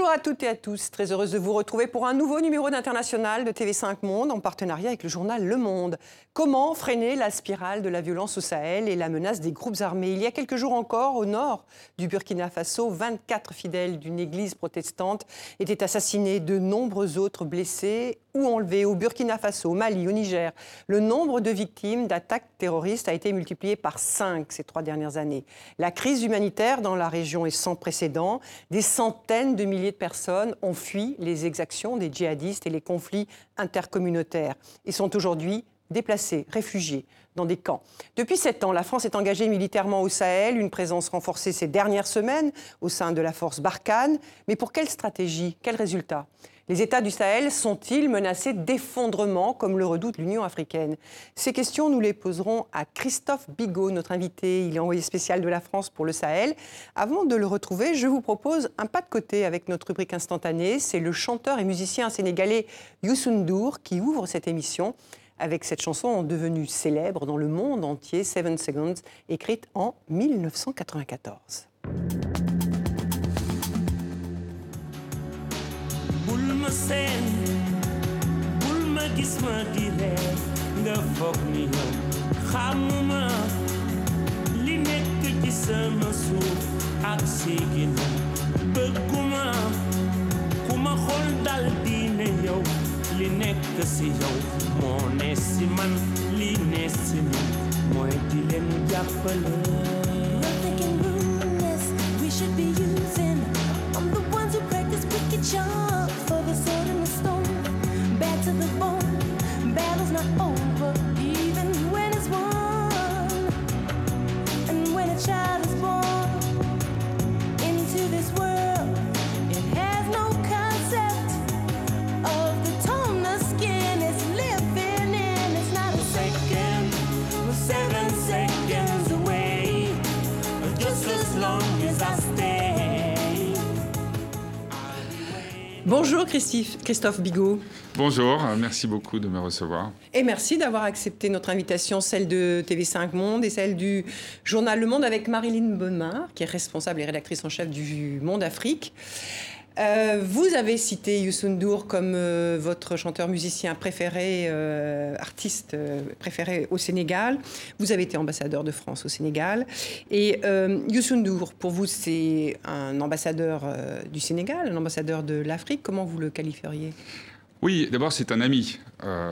Bonjour à toutes et à tous, très heureuse de vous retrouver pour un nouveau numéro d'International de TV5 Monde en partenariat avec le journal Le Monde. Comment freiner la spirale de la violence au Sahel et la menace des groupes armés? Il y a quelques jours encore, au nord du Burkina Faso, 24 fidèles d'une église protestante étaient assassinés, de nombreux autres blessés ou enlevés. Au Burkina Faso, au Mali, au Niger, le nombre de victimes d'attaques terroristes a été multiplié par 5 ces 3 dernières années. La crise humanitaire dans la région est sans précédent. Des centaines de milliers de personnes ont fui les exactions des djihadistes et les conflits intercommunautaires et sont aujourd'hui déplacés, réfugiés dans des camps. Depuis 7 ans, la France est engagée militairement au Sahel, une présence renforcée ces dernières semaines au sein de la force Barkhane. Mais pour quelle stratégie? Quels résultats? Les États du Sahel sont-ils menacés d'effondrement, comme le redoute l'Union africaine? Ces questions, nous les poserons à Christophe Bigot, notre invité. Il est envoyé spécial de la France pour le Sahel. Avant de le retrouver, je vous propose un pas de côté avec notre rubrique instantanée. C'est le chanteur et musicien sénégalais Youssou N'Dour qui ouvre cette émission avec cette chanson devenue célèbre dans le monde entier, 7 Seconds, écrite en 1994. bul ma seen bul ma gis ma di reer nga foog ni yow xamuma li nekk ci sama suuf ak séegina bëgguma ku ma xool dal di ne yow li nekk si yow moo ne si man li ne si man mooy di leen jàppale. Nothing can ruin this. We should be using. I'm the ones who practice wicked charms for the sword and the stone. Bad to the bone. Battle's not over, even when it's won. And when a child is born into this world, it has no concept of the tone the skin is living in. It's not a second, We're 7 seconds away, just as long as I stay. Bonjour Christophe Bigot. Bonjour, merci beaucoup de me recevoir. Et merci d'avoir accepté notre invitation, celle de TV5 Monde et celle du journal Le Monde avec Marilyn Bonnemar, qui est responsable et rédactrice en chef du Monde Afrique. Vous avez cité Youssou N'Dour comme votre chanteur-musicien préféré, artiste préféré au Sénégal. Vous avez été ambassadeur de France au Sénégal. Et Youssou N'Dour, pour vous, c'est un ambassadeur du Sénégal, un ambassadeur de l'Afrique. Comment vous le qualifieriez? Oui, d'abord c'est un ami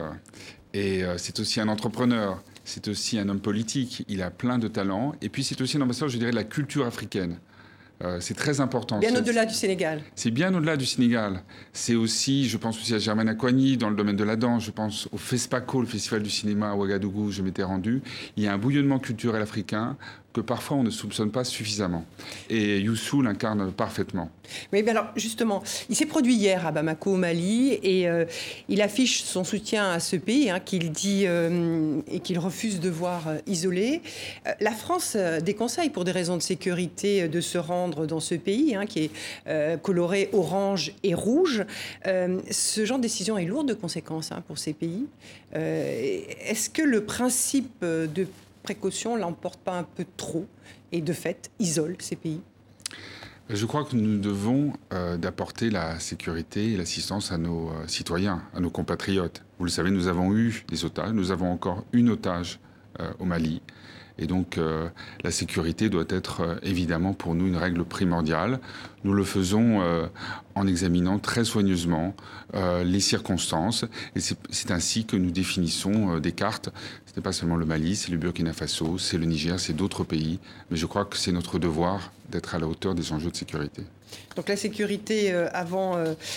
et c'est aussi un entrepreneur, c'est aussi un homme politique, il a plein de talents et puis c'est aussi un ambassadeur, je dirais, de la culture africaine. C'est très important. Bien au-delà du Sénégal. C'est bien au-delà du Sénégal. C'est aussi, je pense aussi à Germaine Accoigny dans le domaine de la danse. Je pense au FESPACO, le Festival du cinéma à Ouagadougou, je m'étais rendu. Il y a un bouillonnement culturel africain que parfois on ne soupçonne pas suffisamment. Et Youssou l'incarne parfaitement. Oui, bien alors justement, il s'est produit hier à Bamako, au Mali, et il affiche son soutien à ce pays qu'il dit et qu'il refuse de voir isolé. La France déconseille, pour des raisons de sécurité, de se rendre dans ce pays qui est coloré orange et rouge. Ce genre de décision est lourde de conséquences pour ces pays. Est-ce que le principe de précaution l'emporte pas un peu trop et de fait isole ces pays? Je crois que nous devons d'apporter la sécurité et l'assistance à nos citoyens, à nos compatriotes. Vous le savez, nous avons eu des otages, nous avons encore une otage au Mali. Et donc, la sécurité doit être évidemment pour nous une règle primordiale. Nous le faisons en examinant très soigneusement les circonstances. Et c'est ainsi que nous définissons des cartes. Ce n'est pas seulement le Mali, c'est le Burkina Faso, c'est le Niger, c'est d'autres pays. Mais je crois que c'est notre devoir d'être à la hauteur des enjeux de sécurité. Donc la sécurité avant...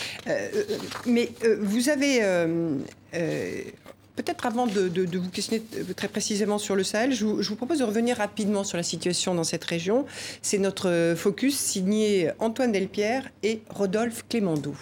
mais vous avez... Peut-être avant de vous questionner très précisément sur le Sahel, je vous propose de revenir rapidement sur la situation dans cette région. C'est notre focus signé Antoine Delpierre et Rodolphe Clémendeau.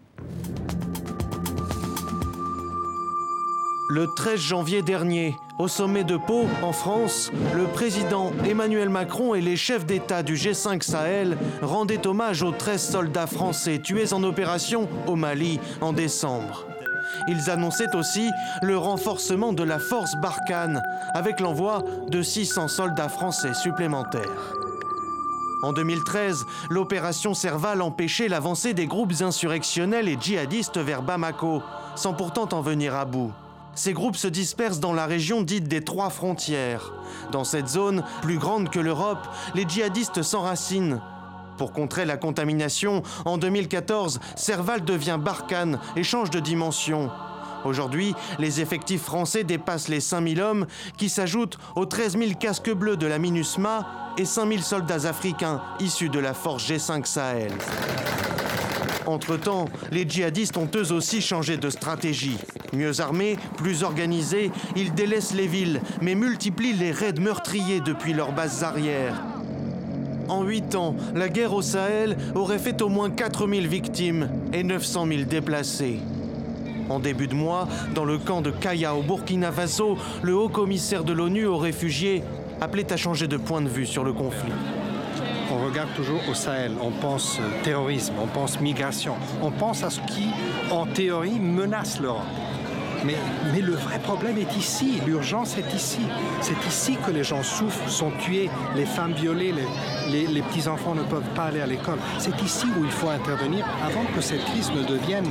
Le 13 janvier dernier, au sommet de Pau, en France, le président Emmanuel Macron et les chefs d'État du G5 Sahel rendaient hommage aux 13 soldats français tués en opération au Mali en décembre. Ils annonçaient aussi le renforcement de la force Barkhane avec l'envoi de 600 soldats français supplémentaires. En 2013, l'opération Serval empêchait l'avancée des groupes insurrectionnels et djihadistes vers Bamako, sans pourtant en venir à bout. Ces groupes se dispersent dans la région dite des 3 frontières. Dans cette zone, plus grande que l'Europe, les djihadistes s'enracinent. Pour contrer la contamination, en 2014, Serval devient Barkhane et change de dimension. Aujourd'hui, les effectifs français dépassent les 5000 hommes qui s'ajoutent aux 13 000 casques bleus de la MINUSMA et 5000 soldats africains issus de la force G5 Sahel. Entre-temps, les djihadistes ont eux aussi changé de stratégie. Mieux armés, plus organisés, ils délaissent les villes, mais multiplient les raids meurtriers depuis leurs bases arrières. En 8 ans, la guerre au Sahel aurait fait au moins 4000 victimes et 900 000 déplacés. En début de mois, dans le camp de Kaya au Burkina Faso, le haut-commissaire de l'ONU aux réfugiés appelait à changer de point de vue sur le conflit. On regarde toujours au Sahel, on pense terrorisme, on pense migration, on pense à ce qui, en théorie, menace l'Europe. Mais le vrai problème est ici, l'urgence est ici. C'est ici que les gens souffrent, sont tués, les femmes violées, les petits-enfants ne peuvent pas aller à l'école. C'est ici où il faut intervenir avant que cette crise ne devienne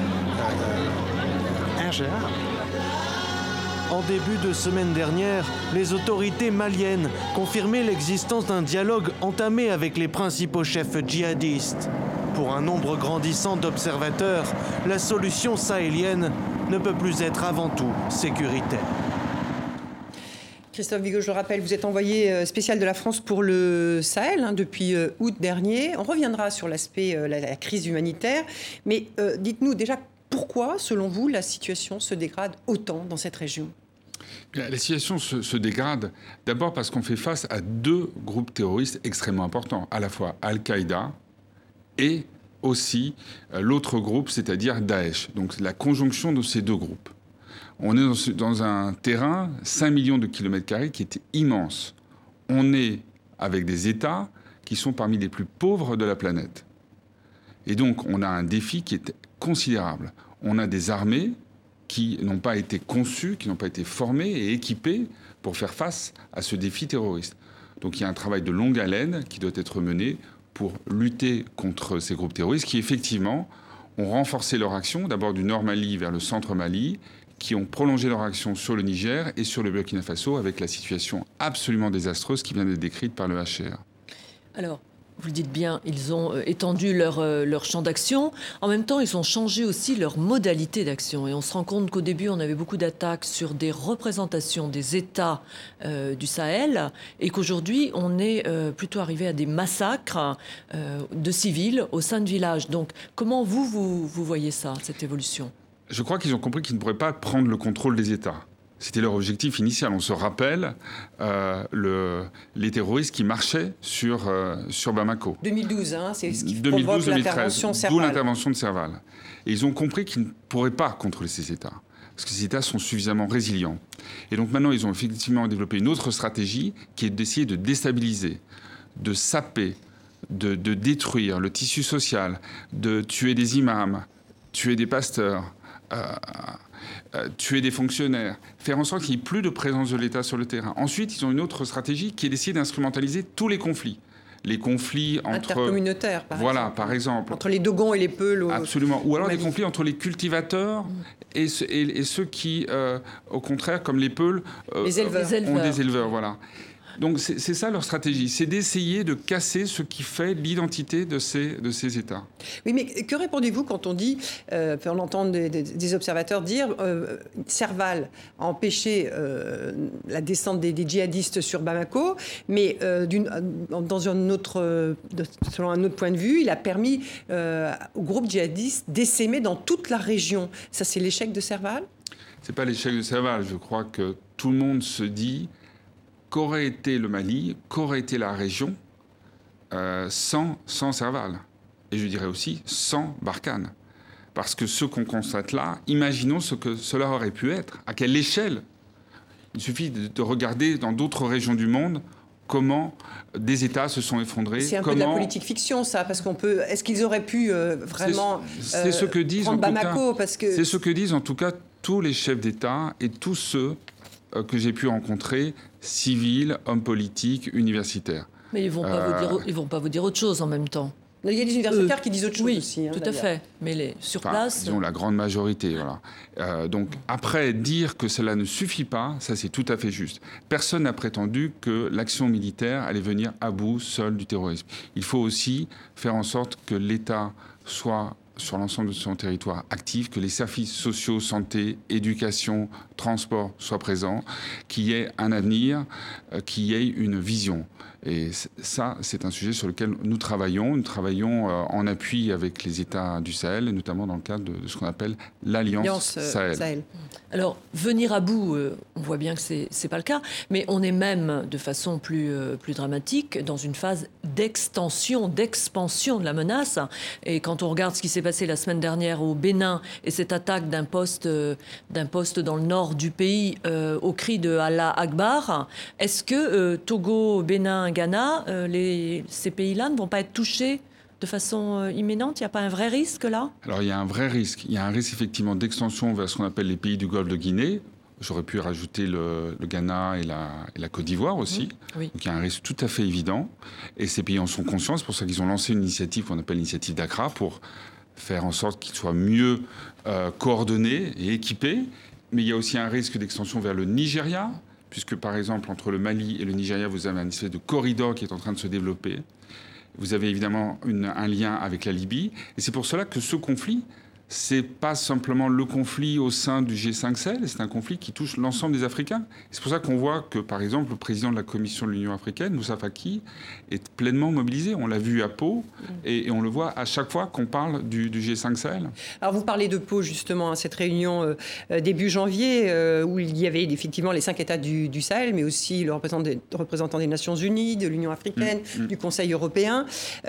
ingérable. En début de semaine dernière, les autorités maliennes confirmaient l'existence d'un dialogue entamé avec les principaux chefs djihadistes. Pour un nombre grandissant d'observateurs, la solution sahélienne ne peut plus être avant tout sécuritaire. Christophe Vigo, je le rappelle, vous êtes envoyé spécial de la France pour le Sahel depuis août dernier. On reviendra sur l'aspect, la crise humanitaire. Mais dites-nous déjà, pourquoi, selon vous, la situation se dégrade autant dans cette région ? La situation se dégrade d'abord parce qu'on fait face à 2 groupes terroristes extrêmement importants, à la fois Al-Qaïda et aussi l'autre groupe, c'est-à-dire Daesh. Donc la conjonction de ces 2 groupes. On est dans un terrain, 5 millions de kilomètres carrés, qui est immense. On est avec des États qui sont parmi les plus pauvres de la planète. Et donc on a un défi qui est considérable. On a des armées qui n'ont pas été conçues, qui n'ont pas été formées et équipées pour faire face à ce défi terroriste. Donc il y a un travail de longue haleine qui doit être mené pour lutter contre ces groupes terroristes qui, effectivement, ont renforcé leur action, d'abord du nord Mali vers le centre Mali, qui ont prolongé leur action sur le Niger et sur le Burkina Faso avec la situation absolument désastreuse qui vient d'être décrite par le HCR. Alors, vous le dites bien, ils ont étendu leur champ d'action. En même temps, ils ont changé aussi leur modalité d'action. Et on se rend compte qu'au début, on avait beaucoup d'attaques sur des représentations des États du Sahel et qu'aujourd'hui, on est plutôt arrivé à des massacres de civils au sein de villages. Donc, comment vous voyez ça, cette évolution ? Je crois qu'ils ont compris qu'ils ne pourraient pas prendre le contrôle des États. C'était leur objectif initial. On se rappelle les terroristes qui marchaient sur Bamako. 2012, c'est ce qui provoque l'intervention Serval. D'où l'intervention de Serval. Et ils ont compris qu'ils ne pourraient pas contrôler ces États, parce que ces États sont suffisamment résilients. Et donc maintenant, ils ont effectivement développé une autre stratégie qui est d'essayer de déstabiliser, de saper, de détruire le tissu social, de tuer des imams, tuer des pasteurs, tuer des fonctionnaires, faire en sorte qu'il n'y ait plus de présence de l'État sur le terrain. Ensuite, ils ont une autre stratégie qui est d'essayer d'instrumentaliser tous les conflits. Les conflits entre... intercommunautaires, par exemple. Entre les Dogons et les Peuls. Absolument. Ou alors des conflits entre les cultivateurs et ceux qui, au contraire, comme les Peuls, les éleveurs. Ont des éleveurs. Voilà. Donc c'est ça leur stratégie, c'est d'essayer de casser ce qui fait l'identité de ces États. Oui, mais que répondez-vous quand on dit, on entend des observateurs dire Serval a empêché la descente des djihadistes sur Bamako, mais selon un autre point de vue, il a permis au groupe djihadiste d'essaimer dans toute la région. Ça, c'est l'échec de Serval ? C'est pas l'échec de Serval. Je crois que tout le monde se dit... qu'aurait été le Mali, qu'aurait été la région sans Serval. Et je dirais aussi sans Barkhane. Parce que ce qu'on constate là, imaginons ce que cela aurait pu être, à quelle échelle. Il suffit de regarder dans d'autres régions du monde comment des États se sont effondrés. C'est un peu de la politique fiction, ça, parce qu'on peut... Est-ce qu'ils auraient pu vraiment c'est ce que disent, prendre Bamako parce que... C'est ce que disent en tout cas tous les chefs d'État et tous ceux que j'ai pu rencontrer, civils, hommes politiques, universitaires. Mais ils vont pas vous dire autre chose en même temps. Il y a des universitaires qui disent autre chose oui, aussi. tout à fait. Mais sur place... Disons la grande majorité, voilà. Donc après, dire que cela ne suffit pas, ça c'est tout à fait juste. Personne n'a prétendu que l'action militaire allait venir à bout seule du terrorisme. Il faut aussi faire en sorte que l'État soit sur l'ensemble de son territoire actif, que les services sociaux, santé, éducation, transport soient présents, qu'il y ait un avenir, qu'il y ait une vision. Et ça, c'est un sujet sur lequel nous travaillons. Nous travaillons en appui avec les États du Sahel, notamment dans le cadre de ce qu'on appelle l'Alliance Sahel. Alors, venir à bout, on voit bien que c'est pas le cas, mais on est même, de façon plus dramatique, dans une phase d'expansion de la menace. Et quand on regarde ce qui s'est passé la semaine dernière au Bénin et cette attaque d'un poste dans le nord du pays au cri de Allah Akbar, est-ce que Togo, Bénin, Ghana, ces pays-là ne vont pas être touchés de façon imminente? Il n'y a pas un vrai risque là? Alors il y a un vrai risque. Il y a un risque effectivement d'extension vers ce qu'on appelle les pays du Golfe de Guinée. J'aurais pu rajouter le Ghana et la Côte d'Ivoire aussi. Oui. Donc il y a un risque tout à fait évident. Et ces pays en sont conscients. C'est pour ça qu'ils ont lancé une initiative qu'on appelle l'initiative d'Accra pour faire en sorte qu'ils soient mieux coordonnés et équipés. Mais il y a aussi un risque d'extension vers le Nigeria, puisque par exemple entre le Mali et le Nigeria, vous avez un espèce de corridor qui est en train de se développer. Vous avez évidemment un lien avec la Libye. Et c'est pour cela que ce conflit, c'est pas simplement le conflit au sein du G5 Sahel, c'est un conflit qui touche l'ensemble des Africains. C'est pour ça qu'on voit que, par exemple, le président de la Commission de l'Union africaine, Moussa Faki, est pleinement mobilisé. On l'a vu à Pau et on le voit à chaque fois qu'on parle du G5 Sahel. Alors vous parlez de Pau justement à cette réunion début janvier où il y avait effectivement les 5 États du Sahel, mais aussi le représentant des Nations Unies, de l'Union africaine, du Conseil européen.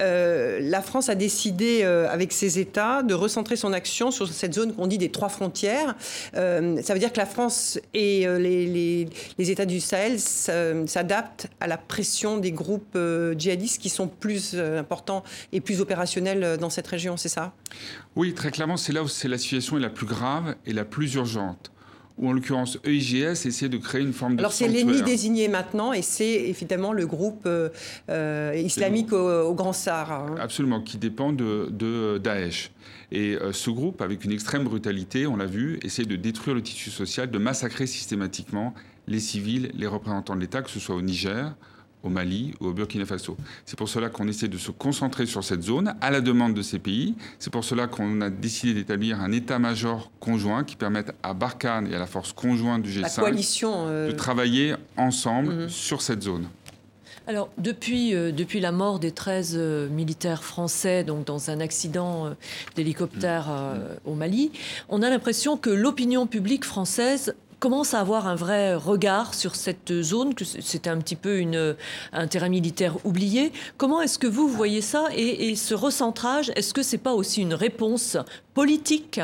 La France a décidé avec ces États de recentrer son action sur cette zone qu'on dit des 3 frontières. Ça veut dire que la France et les États du Sahel s'adaptent à la pression des groupes djihadistes qui sont plus importants et plus opérationnels dans cette région, c'est ça? Oui, très clairement, c'est là où la situation est la plus grave et la plus urgente. Ou en l'occurrence EIGS essaie de créer une forme de sanctuaire. Alors c'est l'ennemi désigné maintenant et c'est évidemment le groupe islamique au Grand Sahara. Hein. Absolument, qui dépend de Daesh. Et ce groupe, avec une extrême brutalité, on l'a vu, essaie de détruire le tissu social, de massacrer systématiquement les civils, les représentants de l'État, que ce soit au Niger, au Mali ou au Burkina Faso. C'est pour cela qu'on essaie de se concentrer sur cette zone à la demande de ces pays. C'est pour cela qu'on a décidé d'établir un état-major conjoint qui permette à Barkhane et à la force conjointe du G5 de travailler ensemble sur cette zone. Alors, depuis la mort des 13 militaires français donc dans un accident d'hélicoptère au Mali, on a l'impression que l'opinion publique française commence à avoir un vrai regard sur cette zone, que c'était un petit peu un terrain militaire oublié. Comment est-ce que vous voyez ça et ce recentrage, est-ce que c'est pas aussi une réponse politique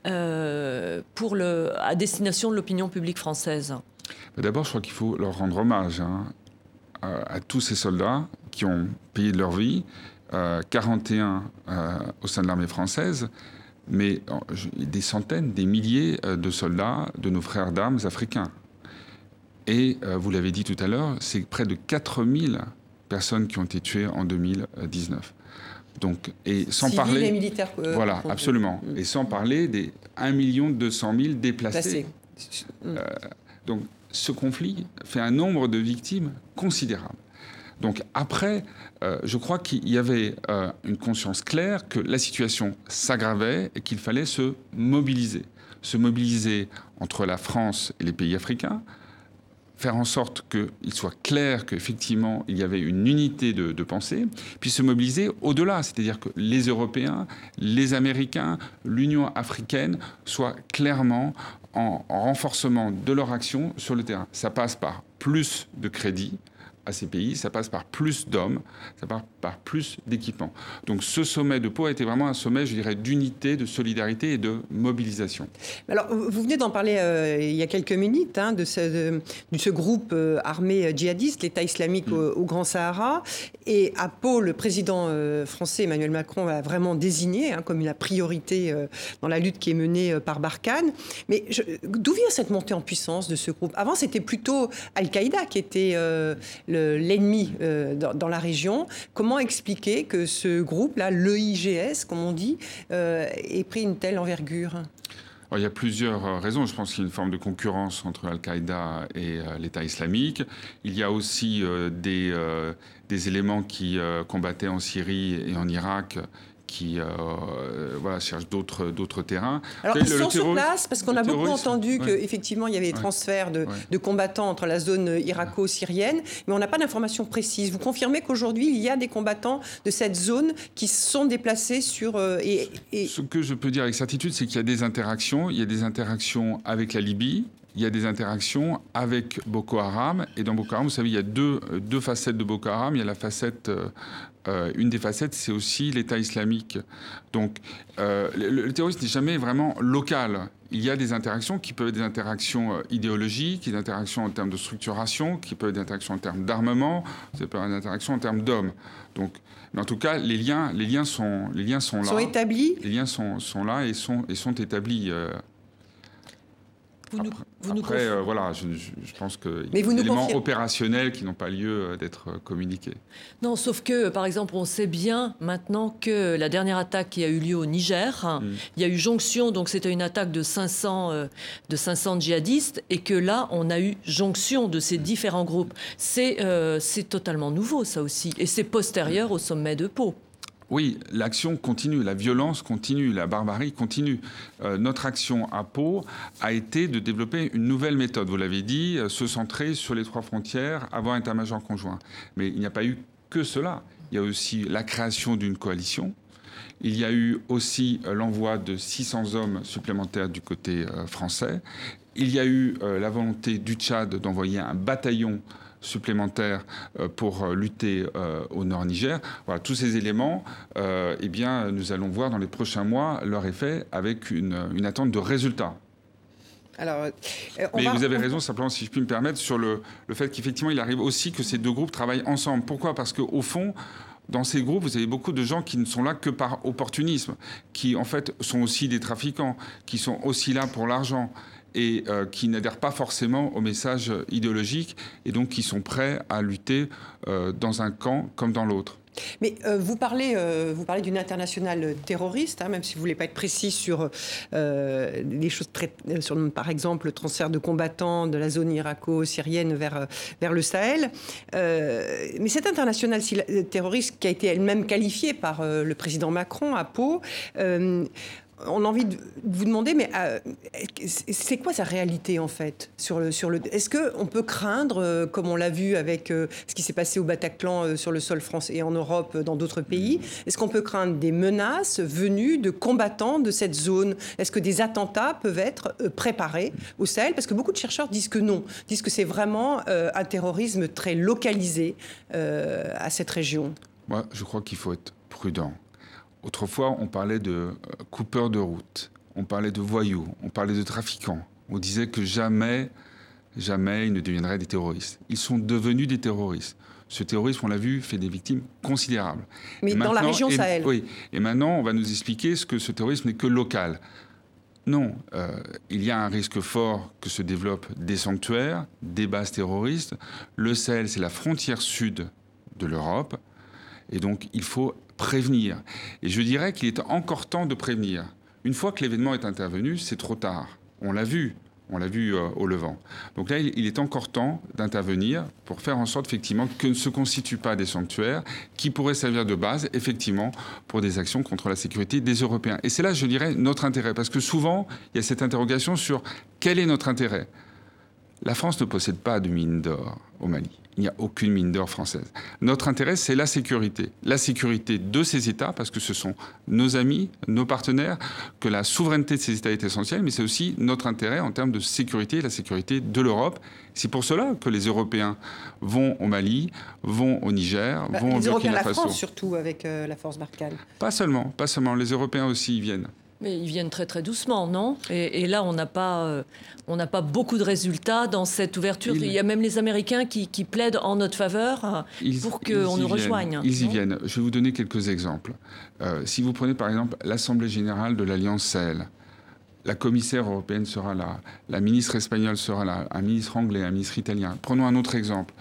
à destination de l'opinion publique française? D'abord, je crois qu'il faut leur rendre hommage à tous ces soldats qui ont payé de leur vie, 41 au sein de l'armée française, mais des centaines, des milliers de soldats de nos frères d'armes africains. Et vous l'avez dit tout à l'heure, c'est près de 4000 personnes qui ont été tuées en 2019. Donc, et sans civils parler, et militaires. Voilà, absolument. Et sans parler des 1 200 000 déplacés. Donc, ce conflit fait un nombre de victimes considérable. Donc après, je crois qu'il y avait une conscience claire que la situation s'aggravait et qu'il fallait se mobiliser. Se mobiliser entre la France et les pays africains, faire en sorte qu'il soit clair qu'effectivement, il y avait une unité de pensée, puis se mobiliser au-delà, c'est-à-dire que les Européens, les Américains, l'Union africaine soient clairement en renforcement de leur action sur le terrain. Ça passe par plus de crédits à ces pays, ça passe par plus d'hommes, ça passe par plus d'équipements. Donc ce sommet de Pau a été vraiment un sommet, je dirais, d'unité, de solidarité et de mobilisation. Alors, vous venez d'en parler il y a quelques minutes, de ce groupe armé djihadiste, l'État islamique au Grand Sahara. Et à Pau, le président français Emmanuel Macron l'a vraiment désigné comme la priorité dans la lutte qui est menée par Barkhane. Mais d'où vient cette montée en puissance de ce groupe? Avant, c'était plutôt Al-Qaïda qui était l'ennemi dans la région. Comment expliquer que ce groupe-là, l'EIGS, comme on dit, ait pris une telle envergure ? Alors, il y a plusieurs raisons. Je pense qu'il y a une forme de concurrence entre Al-Qaïda et l'État islamique. Il y a aussi des éléments qui combattaient en Syrie et en Irak qui cherchent d'autres terrains. Alors, ils sont sur place, parce qu'on a beaucoup entendu qu'effectivement, il y avait des transferts de combattants entre la zone irako-syrienne, mais on n'a pas d'informations précises. Vous confirmez qu'aujourd'hui, il y a des combattants de cette zone qui sont déplacés sur... Ce que je peux dire avec certitude, c'est qu'il y a des interactions. Il y a des interactions avec la Libye. Il y a des interactions avec Boko Haram. Et dans Boko Haram, vous savez, il y a deux facettes de Boko Haram. Il y a la facette... une des facettes, c'est aussi l'État islamique. Donc, le terrorisme n'est jamais vraiment local. Il y a des interactions qui peuvent être des interactions idéologiques, des interactions en termes de structuration, qui peuvent être des interactions en termes d'armement, ça peut être des interactions en termes d'hommes. Donc, mais en tout cas, les liens sont là. Sont établis. Les liens sont là et sont établis. Voilà, je pense qu'il y a des éléments opérationnels qui n'ont pas lieu d'être communiqués. Non, sauf que, par exemple, on sait bien maintenant que la dernière attaque qui a eu lieu au Niger, il y a eu jonction, donc c'était une attaque de 500 djihadistes, et que là, on a eu jonction de ces différents groupes. C'est totalement nouveau, ça aussi, et c'est postérieur au sommet de Pau. Oui, l'action continue, la violence continue, la barbarie continue. Notre action à Pau a été de développer une nouvelle méthode. Vous l'avez dit, se centrer sur les 3 frontières, avoir un état-major conjoint. Mais il n'y a pas eu que cela. Il y a aussi la création d'une coalition. Il y a eu aussi l'envoi de 600 hommes supplémentaires du côté français. Il y a eu la volonté du Tchad d'envoyer un bataillon supplémentaires pour lutter au nord Niger. Voilà, tous ces éléments, nous allons voir dans les prochains mois leur effet avec une attente de résultats. Alors, mais vous avez raison, simplement, si je puis me permettre, sur le fait qu'effectivement, il arrive aussi que ces deux groupes travaillent ensemble. Pourquoi ? Parce qu'au fond, dans ces groupes, vous avez beaucoup de gens qui ne sont là que par opportunisme, qui en fait sont aussi des trafiquants, qui sont aussi là pour l'argent, et qui n'adhèrent pas forcément au message idéologique, et donc qui sont prêts à lutter dans un camp comme dans l'autre. Mais vous parlez d'une internationale terroriste, même si vous ne voulez pas être précis sur des choses sur, par exemple, le transfert de combattants de la zone irako-syrienne vers le Sahel. Mais cette internationale terroriste qui a été elle-même qualifiée par le président Macron à Pau, on a envie de vous demander, mais c'est quoi sa réalité en fait Est-ce qu'on peut craindre, comme on l'a vu avec ce qui s'est passé au Bataclan sur le sol français et en Europe, dans d'autres pays, est-ce qu'on peut craindre des menaces venues de combattants de cette zone ? Est-ce que des attentats peuvent être préparés au Sahel ? Parce que beaucoup de chercheurs disent que non, disent que c'est vraiment un terrorisme très localisé à cette région. Moi, je crois qu'il faut être prudent. Autrefois, on parlait de coupeurs de route, on parlait de voyous, on parlait de trafiquants. On disait que jamais ils ne deviendraient des terroristes. Ils sont devenus des terroristes. Ce terrorisme, on l'a vu, fait des victimes considérables. Mais dans la région Sahel. Oui. Et maintenant, on va nous expliquer que ce terrorisme n'est que local. Non, il y a un risque fort que se développent des sanctuaires, des bases terroristes. Le Sahel, c'est la frontière sud de l'Europe. Et donc, il faut prévenir. Et je dirais qu'il est encore temps de prévenir. Une fois que l'événement est intervenu, c'est trop tard. On l'a vu au Levant. Donc là, il est encore temps d'intervenir pour faire en sorte, effectivement, que ne se constituent pas des sanctuaires qui pourraient servir de base, effectivement, pour des actions contre la sécurité des Européens. Et c'est là, je dirais, notre intérêt. Parce que souvent, il y a cette interrogation sur quel est notre intérêt. La France ne possède pas de mine d'or au Mali. Il n'y a aucune mine d'or française. Notre intérêt, c'est la sécurité. La sécurité de ces États, parce que ce sont nos amis, nos partenaires, que la souveraineté de ces États est essentielle, mais c'est aussi notre intérêt en termes de sécurité, la sécurité de l'Europe. C'est pour cela que les Européens vont au Mali, vont au Niger, vont au Burkina Faso. Les Européens, la France surtout, avec la force Barkhane. Pas seulement. Les Européens aussi y viennent. Mais ils viennent très très doucement, non ? Et là, on n'a pas beaucoup de résultats dans cette ouverture. Il y a même les Américains qui plaident en notre faveur pour qu'on nous rejoigne. Ils y viennent. Je vais vous donner quelques exemples. Si vous prenez par exemple l'Assemblée générale de l'Alliance Sahel, la commissaire européenne sera là, la ministre espagnole sera là, un ministre anglais, un ministre italien. Prenons un autre exemple.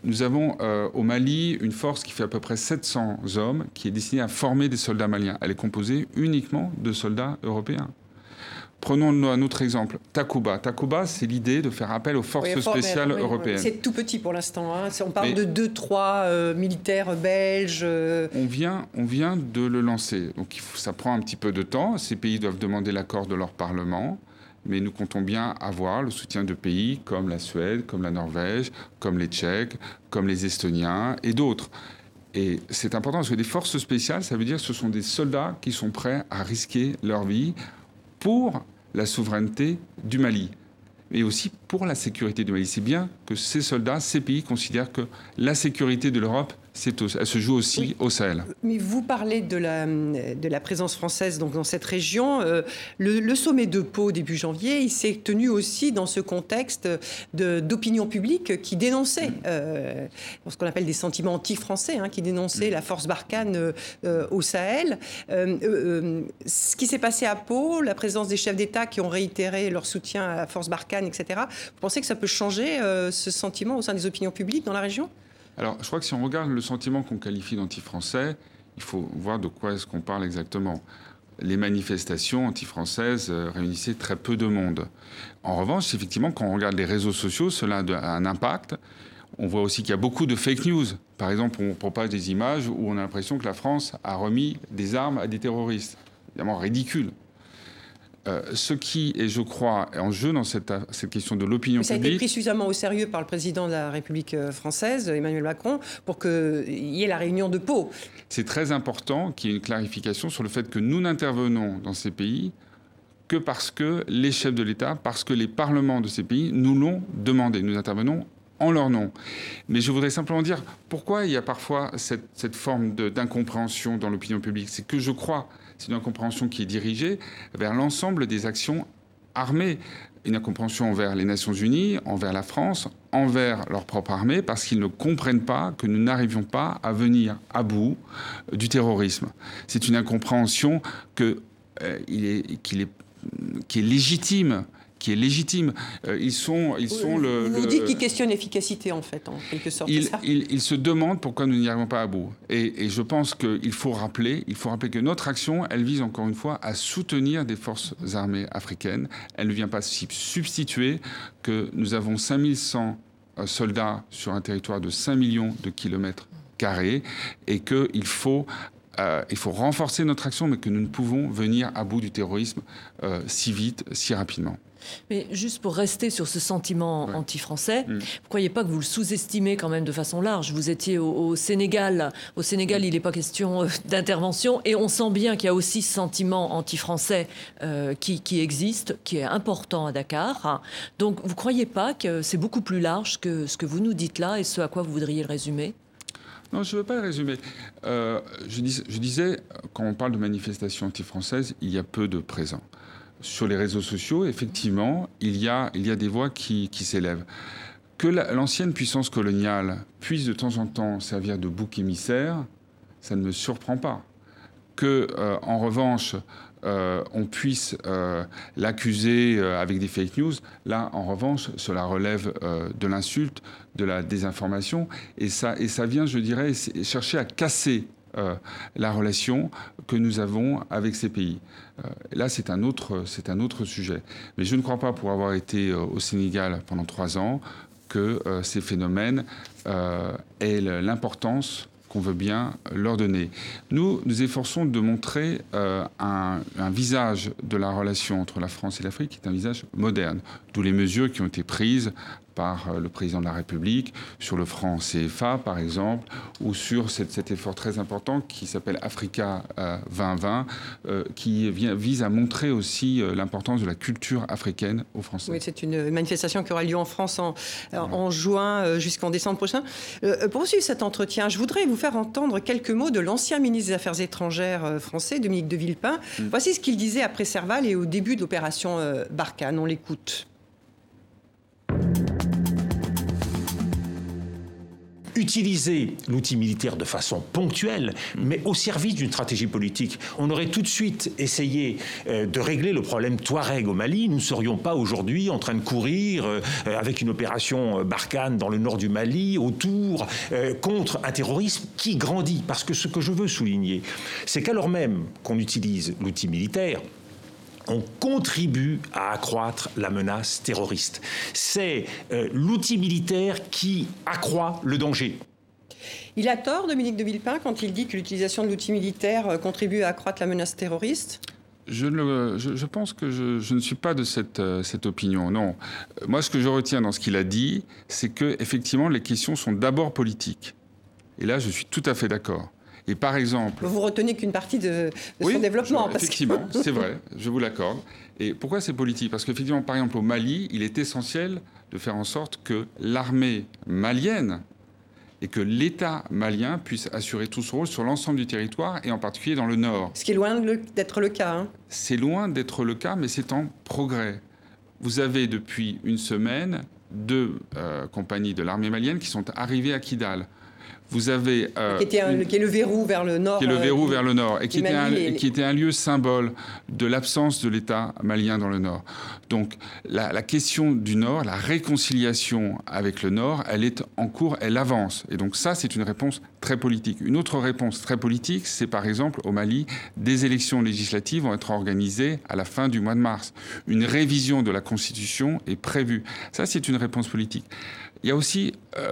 Nous avons au Mali une force qui fait à peu près 700 hommes, qui est destinée à former des soldats maliens. Elle est composée uniquement de soldats européens. Prenons un autre exemple, Takuba. Takuba, c'est l'idée de faire appel aux forces spéciales européennes. C'est tout petit pour l'instant. Hein. On parle de 2-3 militaires belges. On vient de le lancer. Donc ça prend un petit peu de temps. Ces pays doivent demander l'accord de leur parlement. Mais nous comptons bien avoir le soutien de pays comme la Suède, comme la Norvège, comme les Tchèques, comme les Estoniens et d'autres. Et c'est important parce que des forces spéciales, ça veut dire que ce sont des soldats qui sont prêts à risquer leur vie pour la souveraineté du Mali, mais aussi pour la sécurité du Mali. C'est bien que ces soldats, ces pays considèrent que la sécurité de l'Europe, elle se joue aussi au Sahel. Mais vous parlez de la présence française donc, dans cette région. Le sommet de Pau, début janvier, il s'est tenu aussi dans ce contexte d'opinion publique qui dénonçait ce qu'on appelle des sentiments anti-français, qui dénonçaient la force Barkhane au Sahel. Ce qui s'est passé à Pau, la présence des chefs d'État qui ont réitéré leur soutien à la force Barkhane, etc. Vous pensez que ça peut changer ce sentiment au sein des opinions publiques dans la région ? Alors, je crois que si on regarde le sentiment qu'on qualifie d'anti-français, il faut voir de quoi est-ce qu'on parle exactement. Les manifestations anti-françaises réunissaient très peu de monde. En revanche, effectivement, quand on regarde les réseaux sociaux, cela a un impact. On voit aussi qu'il y a beaucoup de fake news. Par exemple, on propage des images où on a l'impression que la France a remis des armes à des terroristes. Évidemment ridicule. Ce qui est, je crois, en jeu dans cette question de l'opinion publique... Ça a été pris suffisamment au sérieux par le président de la République française, Emmanuel Macron, pour qu'il y ait la réunion de Pau. C'est très important qu'il y ait une clarification sur le fait que nous n'intervenons dans ces pays que parce que les chefs de l'État, parce que les parlements de ces pays nous l'ont demandé. Nous intervenons en leur nom. Mais je voudrais simplement dire pourquoi il y a parfois cette forme d'incompréhension dans l'opinion publique. C'est que je crois... C'est une incompréhension qui est dirigée vers l'ensemble des actions armées. Une incompréhension envers les Nations Unies, envers la France, envers leur propre armée, parce qu'ils ne comprennent pas que nous n'arrivions pas à venir à bout du terrorisme. C'est une incompréhension qui est légitime. Vous dites qu'ils questionnent l'efficacité, en fait, en quelque sorte. Ils se demandent pourquoi nous n'y arrivons pas à bout. Et je pense qu'il faut rappeler que notre action, elle vise encore une fois à soutenir des forces armées africaines. Elle ne vient pas s'y substituer, que nous avons 5100 soldats sur un territoire de 5 millions de kilomètres carrés et qu'il faut renforcer notre action, mais que nous ne pouvons venir à bout du terrorisme si vite, si rapidement. Mais juste pour rester sur ce sentiment anti-français, vous ne croyez pas que vous le sous-estimez quand même de façon large? Vous étiez au Sénégal. Au Sénégal, il n'est pas question d'intervention. Et on sent bien qu'il y a aussi ce sentiment anti-français qui existe, qui est important à Dakar. Donc, vous ne croyez pas que c'est beaucoup plus large que ce que vous nous dites là et ce à quoi vous voudriez le résumer? Non, je ne veux pas le résumer. Je disais, quand on parle de manifestations anti-françaises, il y a peu de présents. Sur les réseaux sociaux, effectivement, il y a des voix qui s'élèvent. Que l'ancienne puissance coloniale puisse de temps en temps servir de bouc émissaire, ça ne me surprend pas. Que, en revanche, on puisse l'accuser avec des fake news, là, en revanche, cela relève de l'insulte, de la désinformation, et ça vient, je dirais, chercher à casser la relation que nous avons avec ces pays. Là, c'est un autre sujet. Mais je ne crois pas, pour avoir été au Sénégal pendant 3 ans, que ces phénomènes aient l'importance qu'on veut bien leur donner. Nous efforçons de montrer un visage de la relation entre la France et l'Afrique qui est un visage moderne. D'où les mesures qui ont été prises par le président de la République, sur le franc CFA par exemple, ou sur cet effort très important qui s'appelle Africa 2020, qui vise à montrer aussi l'importance de la culture africaine aux Français. Oui, c'est une manifestation qui aura lieu en France en juin jusqu'en décembre prochain. Pour poursuivre cet entretien, je voudrais vous faire entendre quelques mots de l'ancien ministre des Affaires étrangères français, Dominique de Villepin. Voici ce qu'il disait après Serval et au début de l'opération Barkhane. On l'écoute. utiliser l'outil militaire de façon ponctuelle, mais au service d'une stratégie politique. On aurait tout de suite essayé de régler le problème Touareg au Mali. Nous ne serions pas aujourd'hui en train de courir avec une opération Barkhane dans le nord du Mali, autour, contre un terrorisme qui grandit. Parce que ce que je veux souligner, c'est qu'alors même qu'on utilise l'outil militaire, on contribue à accroître la menace terroriste. C'est l'outil militaire qui accroît le danger. Il a tort, Dominique de Villepin, quand il dit que l'utilisation de l'outil militaire contribue à accroître la menace terroriste ? Je pense que je ne suis pas de cette opinion, non. Moi, ce que je retiens dans ce qu'il a dit, c'est que effectivement, les questions sont d'abord politiques. Et là, je suis tout à fait d'accord. Et par exemple... Vous retenez qu'une partie de son développement. Effectivement, c'est vrai, je vous l'accorde. Et pourquoi c'est politique ? Parce qu'effectivement, par exemple, au Mali, il est essentiel de faire en sorte que l'armée malienne et que l'État malien puisse assurer tout son rôle sur l'ensemble du territoire, et en particulier dans le nord. Ce qui est loin d'être le cas. Hein. C'est loin d'être le cas, mais c'est en progrès. Vous avez depuis une semaine 2 compagnies de l'armée malienne qui sont arrivées à Kidal. Vous avez qui est le verrou vers le nord. Qui est le verrou vers le nord et qui était un lieu symbole de l'absence de l'État malien dans le nord. Donc la question du nord, la réconciliation avec le nord, elle est en cours, elle avance. Et donc ça, c'est une réponse très politique. Une autre réponse très politique, c'est par exemple au Mali, des élections législatives vont être organisées à la fin du mois de mars. Une révision de la Constitution est prévue. Ça, c'est une réponse politique. Il y a aussi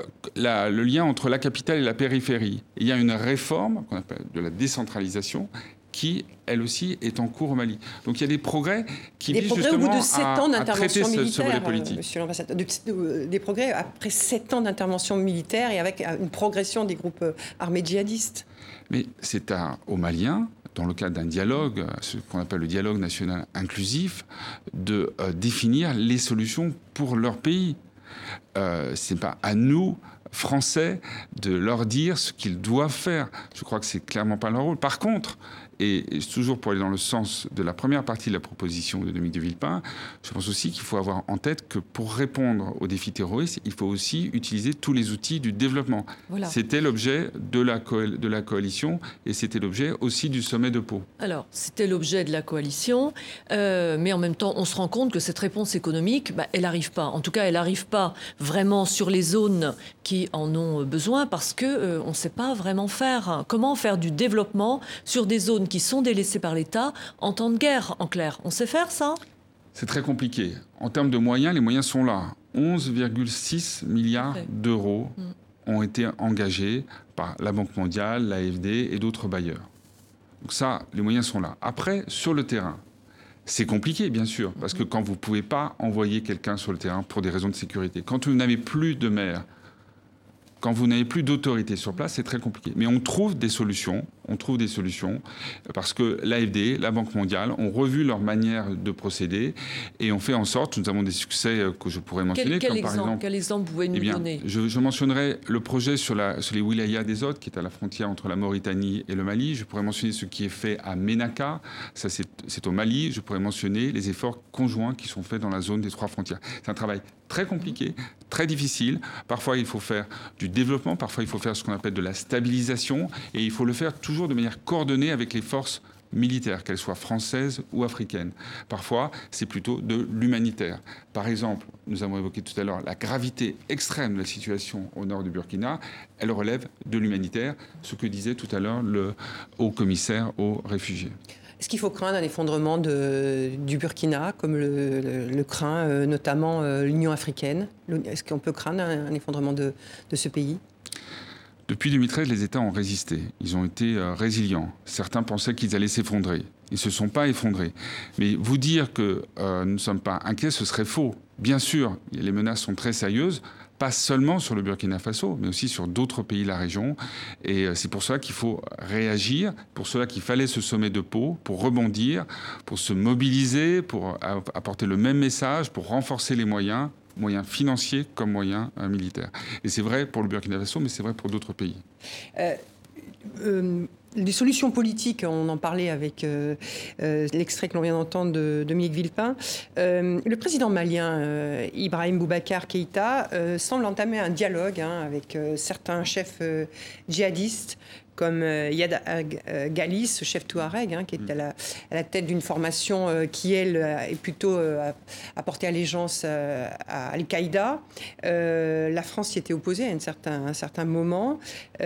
le lien entre la capitale et la périphérie. Il y a une réforme qu'on appelle de la décentralisation qui, elle aussi, est en cours au Mali. Donc il y a des progrès qui visent justement à traiter ce volet politique. Monsieur l'ambassadeur, des progrès après 7 ans d'intervention militaire et avec une progression des groupes armés djihadistes. Mais c'est aux Maliens, dans le cadre d'un dialogue, ce qu'on appelle le dialogue national inclusif, de définir les solutions pour leur pays. Ce n'est pas à nous, Français, de leur dire ce qu'ils doivent faire. Je crois que c'est clairement pas leur rôle. Par contre, et toujours pour aller dans le sens de la première partie de la proposition de Dominique de Villepin, je pense aussi qu'il faut avoir en tête que pour répondre aux défis terroristes, il faut aussi utiliser tous les outils du développement. Voilà. C'était l'objet de la coalition et c'était l'objet aussi du sommet de Pau. Alors, c'était l'objet de la coalition, mais en même temps, on se rend compte que cette réponse économique, elle n'arrive pas. En tout cas, elle n'arrive pas vraiment sur les zones qui en ont besoin parce qu'on ne sait pas vraiment faire. Comment faire du développement sur des zones qui sont délaissées par l'État en temps de guerre, en clair. On sait faire ça ? C'est très compliqué. En termes de moyens, les moyens sont là. 11,6 milliards d'euros ont été engagés par la Banque mondiale, l'AFD et d'autres bailleurs. Donc ça, les moyens sont là. Après, sur le terrain, c'est compliqué, bien sûr, parce que quand vous ne pouvez pas envoyer quelqu'un sur le terrain pour des raisons de sécurité, quand vous n'avez plus de maire, quand vous n'avez plus d'autorité sur place, c'est très compliqué. Mais on trouve des solutions parce que l'AFD, la Banque mondiale, ont revu leur manière de procéder et ont fait en sorte, nous avons des succès que je pourrais mentionner. Quel exemple pouvez-vous nous donner ? Je mentionnerai le projet sur les wilayas des Autres, qui est à la frontière entre la Mauritanie et le Mali. Je pourrais mentionner ce qui est fait à Ménaka, ça c'est au Mali. Je pourrais mentionner les efforts conjoints qui sont faits dans la zone des 3 frontières. C'est un travail très compliqué, très difficile. Parfois, il faut faire du développement, parfois, il faut faire ce qu'on appelle de la stabilisation, et il faut le faire toujours de manière coordonnée avec les forces militaires, qu'elles soient françaises ou africaines. Parfois, c'est plutôt de l'humanitaire. Par exemple, nous avons évoqué tout à l'heure la gravité extrême de la situation au nord du Burkina. Elle relève de l'humanitaire, ce que disait tout à l'heure le haut-commissaire aux réfugiés. Est-ce qu'il faut craindre un effondrement du Burkina, comme le craint notamment l'Union africaine ? Est-ce qu'on peut craindre un effondrement de ce pays ? Depuis 2013, les États ont résisté. Ils ont été résilients. Certains pensaient qu'ils allaient s'effondrer. Ils ne se sont pas effondrés. Mais vous dire que nous ne sommes pas inquiets, ce serait faux. Bien sûr, les menaces sont très sérieuses, pas seulement sur le Burkina Faso, mais aussi sur d'autres pays de la région. Et c'est pour cela qu'il faut réagir, pour cela qu'il fallait ce sommet de Pau, pour rebondir, pour se mobiliser, pour apporter le même message, pour renforcer les moyens financiers comme moyens militaires. Et c'est vrai pour le Burkina Faso, mais c'est vrai pour d'autres pays. des solutions politiques, on en parlait avec l'extrait que l'on vient d'entendre de Dominique Villepin. Le président malien Ibrahim Boubacar Keïta semble entamer un dialogue avec certains chefs djihadistes comme Yad Ghalis, chef touareg, qui est à la tête d'une formation qui, elle, est plutôt à porter allégeance à Al-Qaïda. La France y était opposée à un certain moment.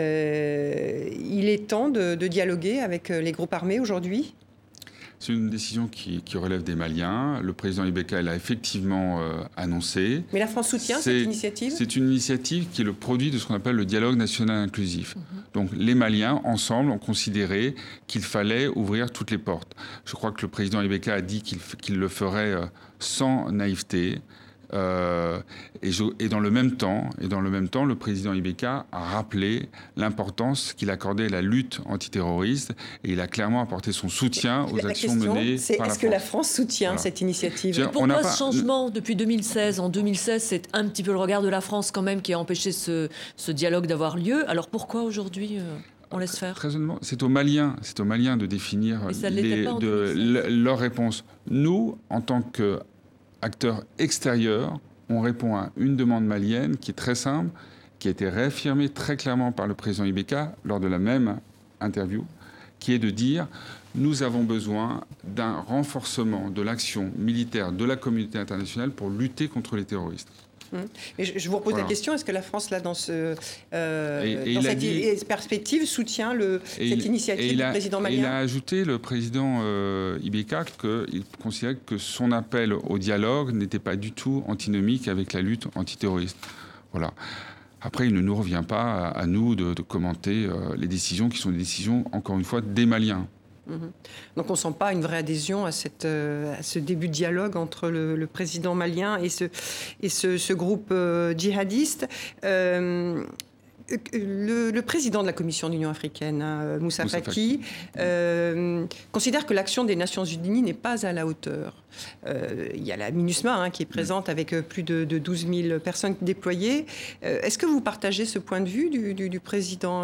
Il est temps de dialoguer avec les groupes armés aujourd'hui ? C'est une décision qui relève des Maliens. Le président Ibeka l'a effectivement annoncé. Mais la France soutient cette initiative ? C'est une initiative qui est le produit de ce qu'on appelle le dialogue national inclusif. Donc les Maliens, ensemble, ont considéré qu'il fallait ouvrir toutes les portes. Je crois que le président Ibeka a dit qu'il le ferait sans naïveté. Et dans le même temps, le président Ibeka a rappelé l'importance qu'il accordait à la lutte antiterroriste et il a clairement apporté son soutien aux actions menées par la France. Est-ce que la France soutient cette initiative ? Pourquoi ce changement depuis 2016 ? En 2016, c'est un petit peu le regard de la France quand même qui a empêché ce dialogue d'avoir lieu. Alors pourquoi aujourd'hui on laisse faire ? Très honnêtement, c'est aux Maliens de définir leur réponse. Nous, en tant que acteurs extérieurs, on répond à une demande malienne qui est très simple, qui a été réaffirmée très clairement par le président Ibeka lors de la même interview, qui est de dire « Nous avons besoin d'un renforcement de l'action militaire de la communauté internationale pour lutter contre les terroristes ». Mais je vous repose la question, est-ce que la France, là, dans cette perspective, soutient cette initiative du président malien ? Il a ajouté, le président Ibeka, qu'il considérait que son appel au dialogue n'était pas du tout antinomique avec la lutte antiterroriste. Voilà. Après, il ne nous revient pas à nous de commenter les décisions qui sont des décisions, encore une fois, des Maliens. Donc on ne sent pas une vraie adhésion à ce début de dialogue entre le président malien et ce groupe djihadiste. Le président de la Commission de l'Union africaine, Moussa Faki, considère que l'action des Nations Unies n'est pas à la hauteur. Il y a la MINUSMA qui est présente avec plus de 12 000 personnes déployées. Est-ce que vous partagez ce point de vue du président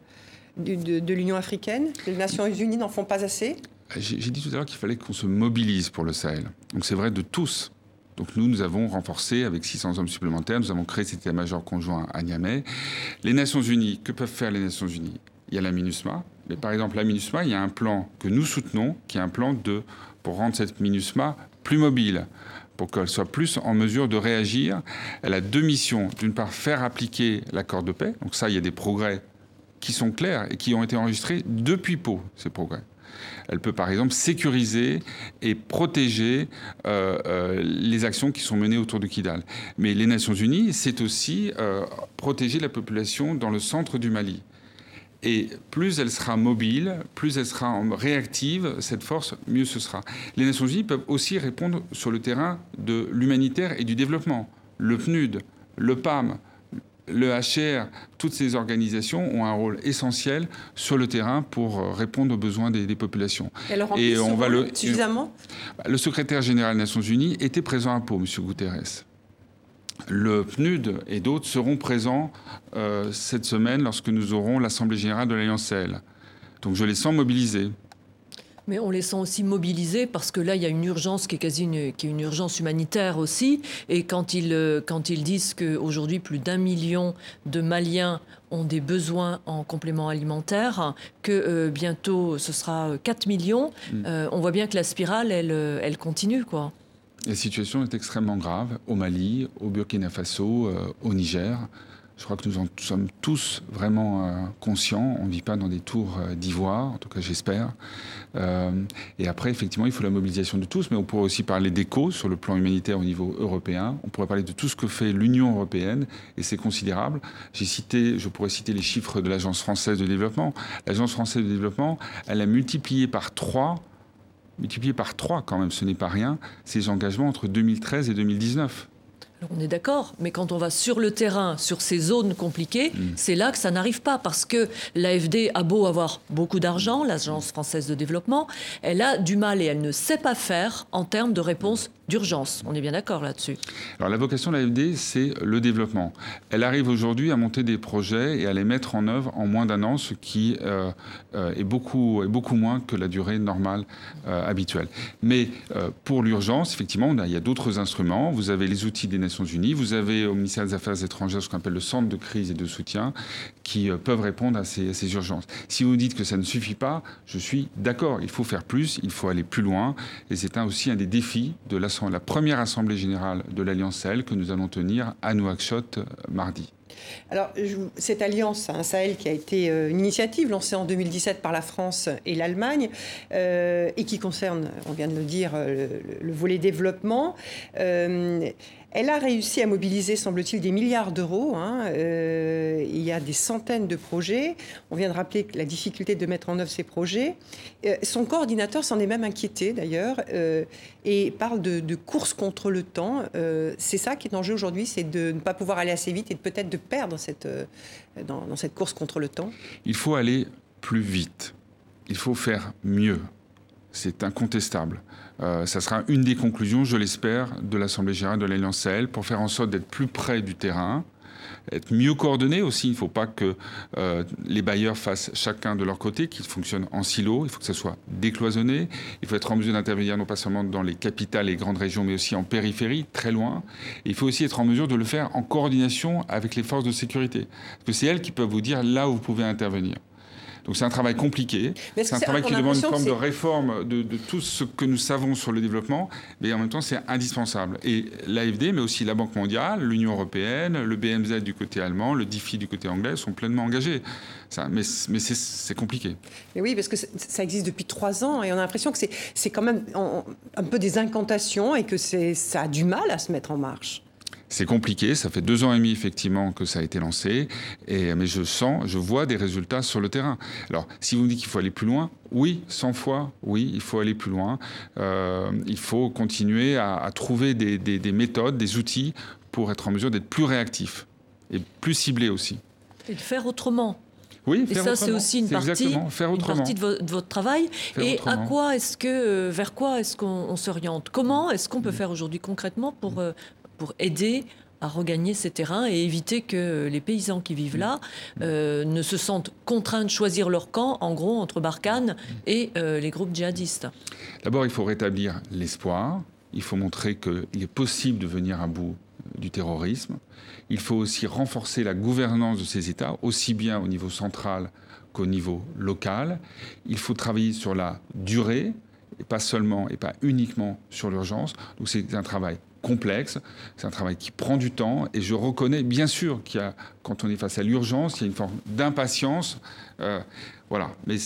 de l'Union africaine ? Les Nations Unies n'en font pas assez ? J'ai dit tout à l'heure qu'il fallait qu'on se mobilise pour le Sahel. Donc c'est vrai de tous. Donc nous avons renforcé avec 600 hommes supplémentaires. Nous avons créé cet état-major conjoint à Niamey. Les Nations Unies, que peuvent faire les Nations Unies ? Il y a la MINUSMA. Mais par exemple, la MINUSMA, il y a un plan que nous soutenons, qui est un plan pour rendre cette MINUSMA plus mobile, pour qu'elle soit plus en mesure de réagir. Elle a deux missions. D'une part, faire appliquer l'accord de paix. Donc ça, il y a des progrès qui sont clairs et qui ont été enregistrés depuis Pau, ces progrès. Elle peut par exemple sécuriser et protéger les actions qui sont menées autour de Kidal. Mais les Nations Unies, c'est aussi protéger la population dans le centre du Mali. Et plus elle sera mobile, plus elle sera réactive, cette force, mieux ce sera. Les Nations Unies peuvent aussi répondre sur le terrain de l'humanitaire et du développement. Le PNUD, le PAM, le HCR, toutes ces organisations ont un rôle essentiel sur le terrain pour répondre aux besoins des populations. Et on va suffisamment ? Le secrétaire général des Nations Unies était présent à Pau, M. Guterres. Le PNUD et d'autres seront présents cette semaine lorsque nous aurons l'Assemblée générale de l'Alliance Sahel. Donc je les sens mobilisés. Mais on les sent aussi mobilisés parce que là, il y a une urgence qui est une urgence humanitaire aussi. Et quand ils disent qu'aujourd'hui, plus d'1 million de Maliens ont des besoins en compléments alimentaires, que bientôt, ce sera 4 millions, on voit bien que la spirale, elle continue, quoi. La situation est extrêmement grave au Mali, au Burkina Faso, au Niger. Je crois que nous en sommes tous vraiment conscients. On ne vit pas dans des tours d'ivoire, en tout cas j'espère. Et après, effectivement, il faut la mobilisation de tous, mais on pourrait aussi parler d'écho sur le plan humanitaire au niveau européen. On pourrait parler de tout ce que fait l'Union européenne, et c'est considérable. Je pourrais citer les chiffres de l'Agence française de développement. L'Agence française de développement, elle a multiplié par 3 quand même, ce n'est pas rien, ses engagements entre 2013 et 2019. Alors on est d'accord, mais quand on va sur le terrain, sur ces zones compliquées, c'est là que ça n'arrive pas, parce que l'AFD a beau avoir beaucoup d'argent, l'Agence française de développement, elle a du mal et elle ne sait pas faire en termes de réponse d'urgence. On est bien d'accord là-dessus. Alors la vocation de l'AFD, c'est le développement. Elle arrive aujourd'hui à monter des projets et à les mettre en œuvre en moins d'1 an, ce qui est beaucoup moins que la durée normale habituelle. Mais pour l'urgence, effectivement, il y a d'autres instruments. Vous avez les outils des Nations Unies, vous avez au ministère des Affaires étrangères ce qu'on appelle le centre de crise et de soutien qui peuvent répondre à ces urgences. Si vous dites que ça ne suffit pas, je suis d'accord. Il faut faire plus, il faut aller plus loin. Et c'est aussi un des défis de la première Assemblée générale de l'Alliance Sahel que nous allons tenir à Nouakchott mardi. Alors, cette alliance Sahel qui a été une initiative lancée en 2017 par la France et l'Allemagne et qui concerne, on vient de le dire, le volet développement, elle a réussi à mobiliser, semble-t-il, des milliards d'euros. Il y a des centaines de projets. On vient de rappeler la difficulté de mettre en œuvre ces projets. Son coordinateur s'en est même inquiété, d'ailleurs, et parle de course contre le temps. C'est ça qui est en jeu aujourd'hui, c'est de ne pas pouvoir aller assez vite et peut-être de perdre dans cette course contre le temps. Il faut aller plus vite. Il faut faire mieux. C'est incontestable. Ça sera une des conclusions, je l'espère, de l'Assemblée générale de l'Alliance Sahel pour faire en sorte d'être plus près du terrain, être mieux coordonnés aussi. Il ne faut pas que les bailleurs fassent chacun de leur côté, qu'ils fonctionnent en silo. Il faut que ça soit décloisonné. Il faut être en mesure d'intervenir non pas seulement dans les capitales et grandes régions, mais aussi en périphérie, très loin. Et il faut aussi être en mesure de le faire en coordination avec les forces de sécurité. Parce que c'est elles qui peuvent vous dire là où vous pouvez intervenir. Donc c'est un travail compliqué, c'est un travail qui demande une forme de réforme de tout ce que nous savons sur le développement, mais en même temps c'est indispensable. Et l'AFD, mais aussi la Banque mondiale, l'Union européenne, le BMZ du côté allemand, le DFI du côté anglais sont pleinement engagés. Mais c'est compliqué. Mais oui, parce que ça existe depuis 3 ans et on a l'impression que c'est quand même un peu des incantations et que ça a du mal à se mettre en marche. C'est compliqué, ça fait 2 ans et demi effectivement que ça a été lancé, mais je vois des résultats sur le terrain. Alors, si vous me dites qu'il faut aller plus loin, oui, 100 fois, oui, il faut aller plus loin. Il faut continuer à trouver des méthodes, des outils pour être en mesure d'être plus réactif et plus ciblé aussi. Et de faire autrement. Oui, et ça, c'est aussi une partie de votre travail. Et vers quoi est-ce qu'on s'oriente? Comment est-ce qu'on peut faire aujourd'hui concrètement pour aider à regagner ces terrains et éviter que les paysans qui vivent là ne se sentent contraints de choisir leur camp, en gros, entre Barkhane et les groupes djihadistes? D'abord, il faut rétablir l'espoir. Il faut montrer qu'il est possible de venir à bout du terrorisme. Il faut aussi renforcer la gouvernance de ces États, aussi bien au niveau central qu'au niveau local. Il faut travailler sur la durée, et pas seulement et pas uniquement sur l'urgence. Donc c'est un travail complexe, c'est un travail qui prend du temps, et je reconnais bien sûr quand on est face à l'urgence, il y a une forme d'impatience, voilà. Mais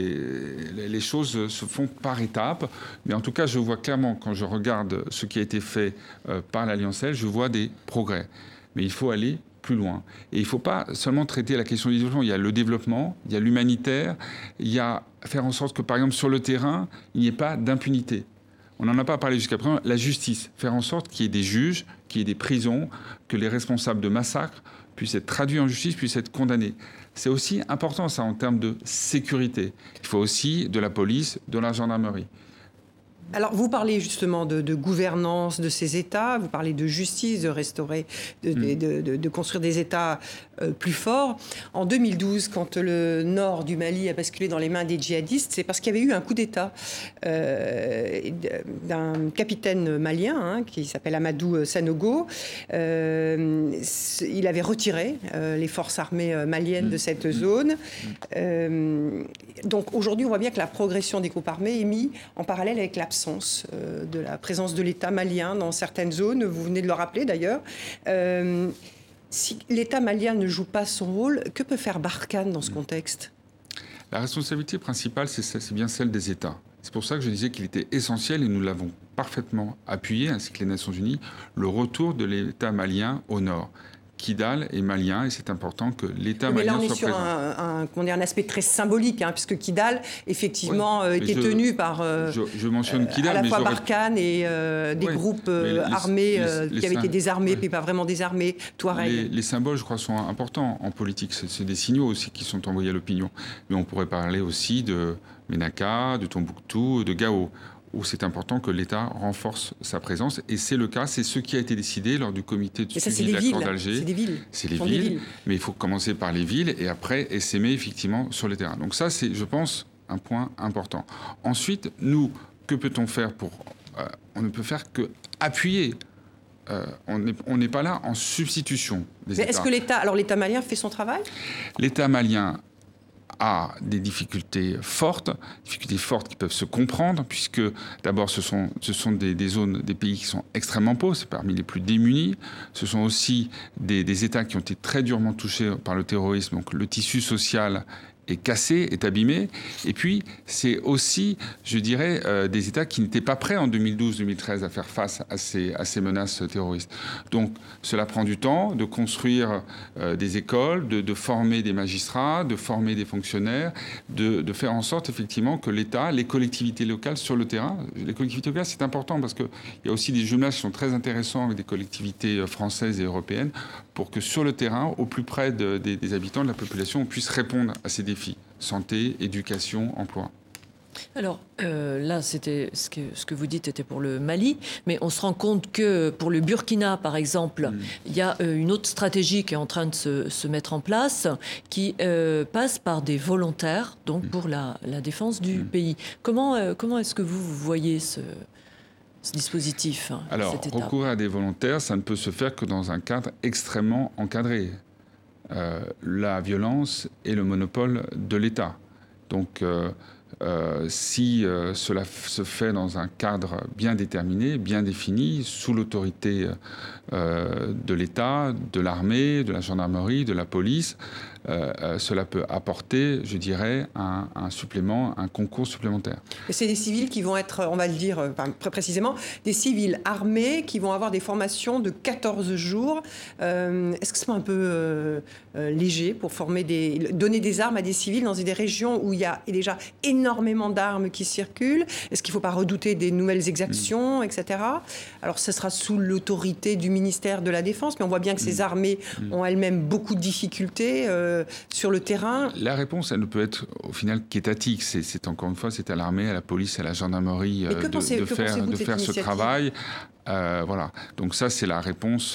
les choses se font par étapes, mais en tout cas je vois clairement, quand je regarde ce qui a été fait par l'Alliance Sahel, je vois des progrès, mais il faut aller plus loin. Et il ne faut pas seulement traiter la question du développement. Il y a le développement, il y a l'humanitaire, il y a faire en sorte que, par exemple, sur le terrain, il n'y ait pas d'impunité. On n'en a pas parlé jusqu'à présent. La justice, faire en sorte qu'il y ait des juges, qu'il y ait des prisons, que les responsables de massacres puissent être traduits en justice, puissent être condamnés. C'est aussi important, ça, en termes de sécurité. Il faut aussi de la police, de la gendarmerie. Alors, vous parlez justement de gouvernance de ces États, vous parlez de justice, de restaurer, de construire des États plus forts. En 2012, quand le nord du Mali a basculé dans les mains des djihadistes, c'est parce qu'il y avait eu un coup d'État d'un capitaine malien qui s'appelle Amadou Sanogo. Il avait retiré les forces armées maliennes de cette zone. Donc aujourd'hui, on voit bien que la progression des groupes armés est mise en parallèle avec l'absence de la présence de l'État malien dans certaines zones. Vous venez de le rappeler d'ailleurs. Si l'État malien ne joue pas son rôle, que peut faire Barkhane dans ce contexte? La responsabilité principale, c'est bien celle des États. C'est pour ça que je disais qu'il était essentiel, et nous l'avons parfaitement appuyé, ainsi que les Nations Unies, le retour de l'État malien au nord. Kidal est malien, et c'est important que l'État malien soit présent. Mais là, on est sur un aspect très symbolique, puisque Kidal, effectivement, était tenu par je mentionne Kidal, à la fois Barkhane et des groupes armés qui avaient été désarmés, puis pas vraiment désarmés, Touareg. Les symboles, je crois, sont importants en politique. C'est des signaux aussi qui sont envoyés à l'opinion. Mais on pourrait parler aussi de Ménaka, de Tombouctou, de Gao. où c'est important que l'État renforce sa présence. Et c'est le cas, c'est ce qui a été décidé lors du comité de suivi de l'accord d'Alger. C'est des villes. C'est les villes, mais il faut commencer par les villes et après essaimer effectivement sur les terrains. Donc ça, c'est, je pense, un point important. Ensuite, nous, que peut-on faire pour... on ne peut faire que appuyer. On n'est pas là en substitution des États. Est-ce que l'État malien fait son travail ? L'État malien a des difficultés fortes qui peuvent se comprendre, puisque d'abord ce sont des zones, des pays qui sont extrêmement pauvres, c'est parmi les plus démunis. Ce sont aussi des États qui ont été très durement touchés par le terrorisme, donc le tissu social est cassé, est abîmé. Et puis, c'est aussi, je dirais, des États qui n'étaient pas prêts en 2012-2013 à faire face à ces menaces terroristes. Donc, cela prend du temps de construire des écoles, de former des magistrats, de former des fonctionnaires, de faire en sorte, effectivement, que l'État, les collectivités locales sur le terrain, les collectivités locales, c'est important parce qu'il y a aussi des jumelages qui sont très intéressants avec des collectivités françaises et européennes pour que sur le terrain, au plus près des habitants, de la population, on puisse répondre à ces défis. Santé, éducation, emploi. Alors là, c'était ce que vous dites était pour le Mali, mais on se rend compte que pour le Burkina, par exemple, il y a une autre stratégie qui est en train de se mettre en place, qui passe par des volontaires, donc pour la défense du pays. Comment est-ce que vous voyez ce dispositif? Alors, recourir à des volontaires, ça ne peut se faire que dans un cadre extrêmement encadré. La violence est le monopole de l'État. Donc, si cela se fait dans un cadre bien déterminé, bien défini, sous l'autorité de l'État, de l'armée, de la gendarmerie, de la police, cela peut apporter, je dirais, un supplément, un concours supplémentaire. Et c'est des civils qui vont être, on va le dire très précisément, des civils armés qui vont avoir des formations de 14 jours. Est-ce que c'est pas un peu léger pour donner des armes à des civils dans des régions où il y a déjà énormément d'armes qui circulent? Est-ce qu'il ne faut pas redouter des nouvelles exactions, etc. Alors, ce sera sous l'autorité du ministère de la Défense, mais on voit bien que ces armées ont elles-mêmes beaucoup de difficultés sur le terrain. La réponse, elle ne peut être au final qu'étatique. C'est encore une fois, c'est à l'armée, à la police, à la gendarmerie de faire ce travail. Voilà. Donc ça, c'est la réponse,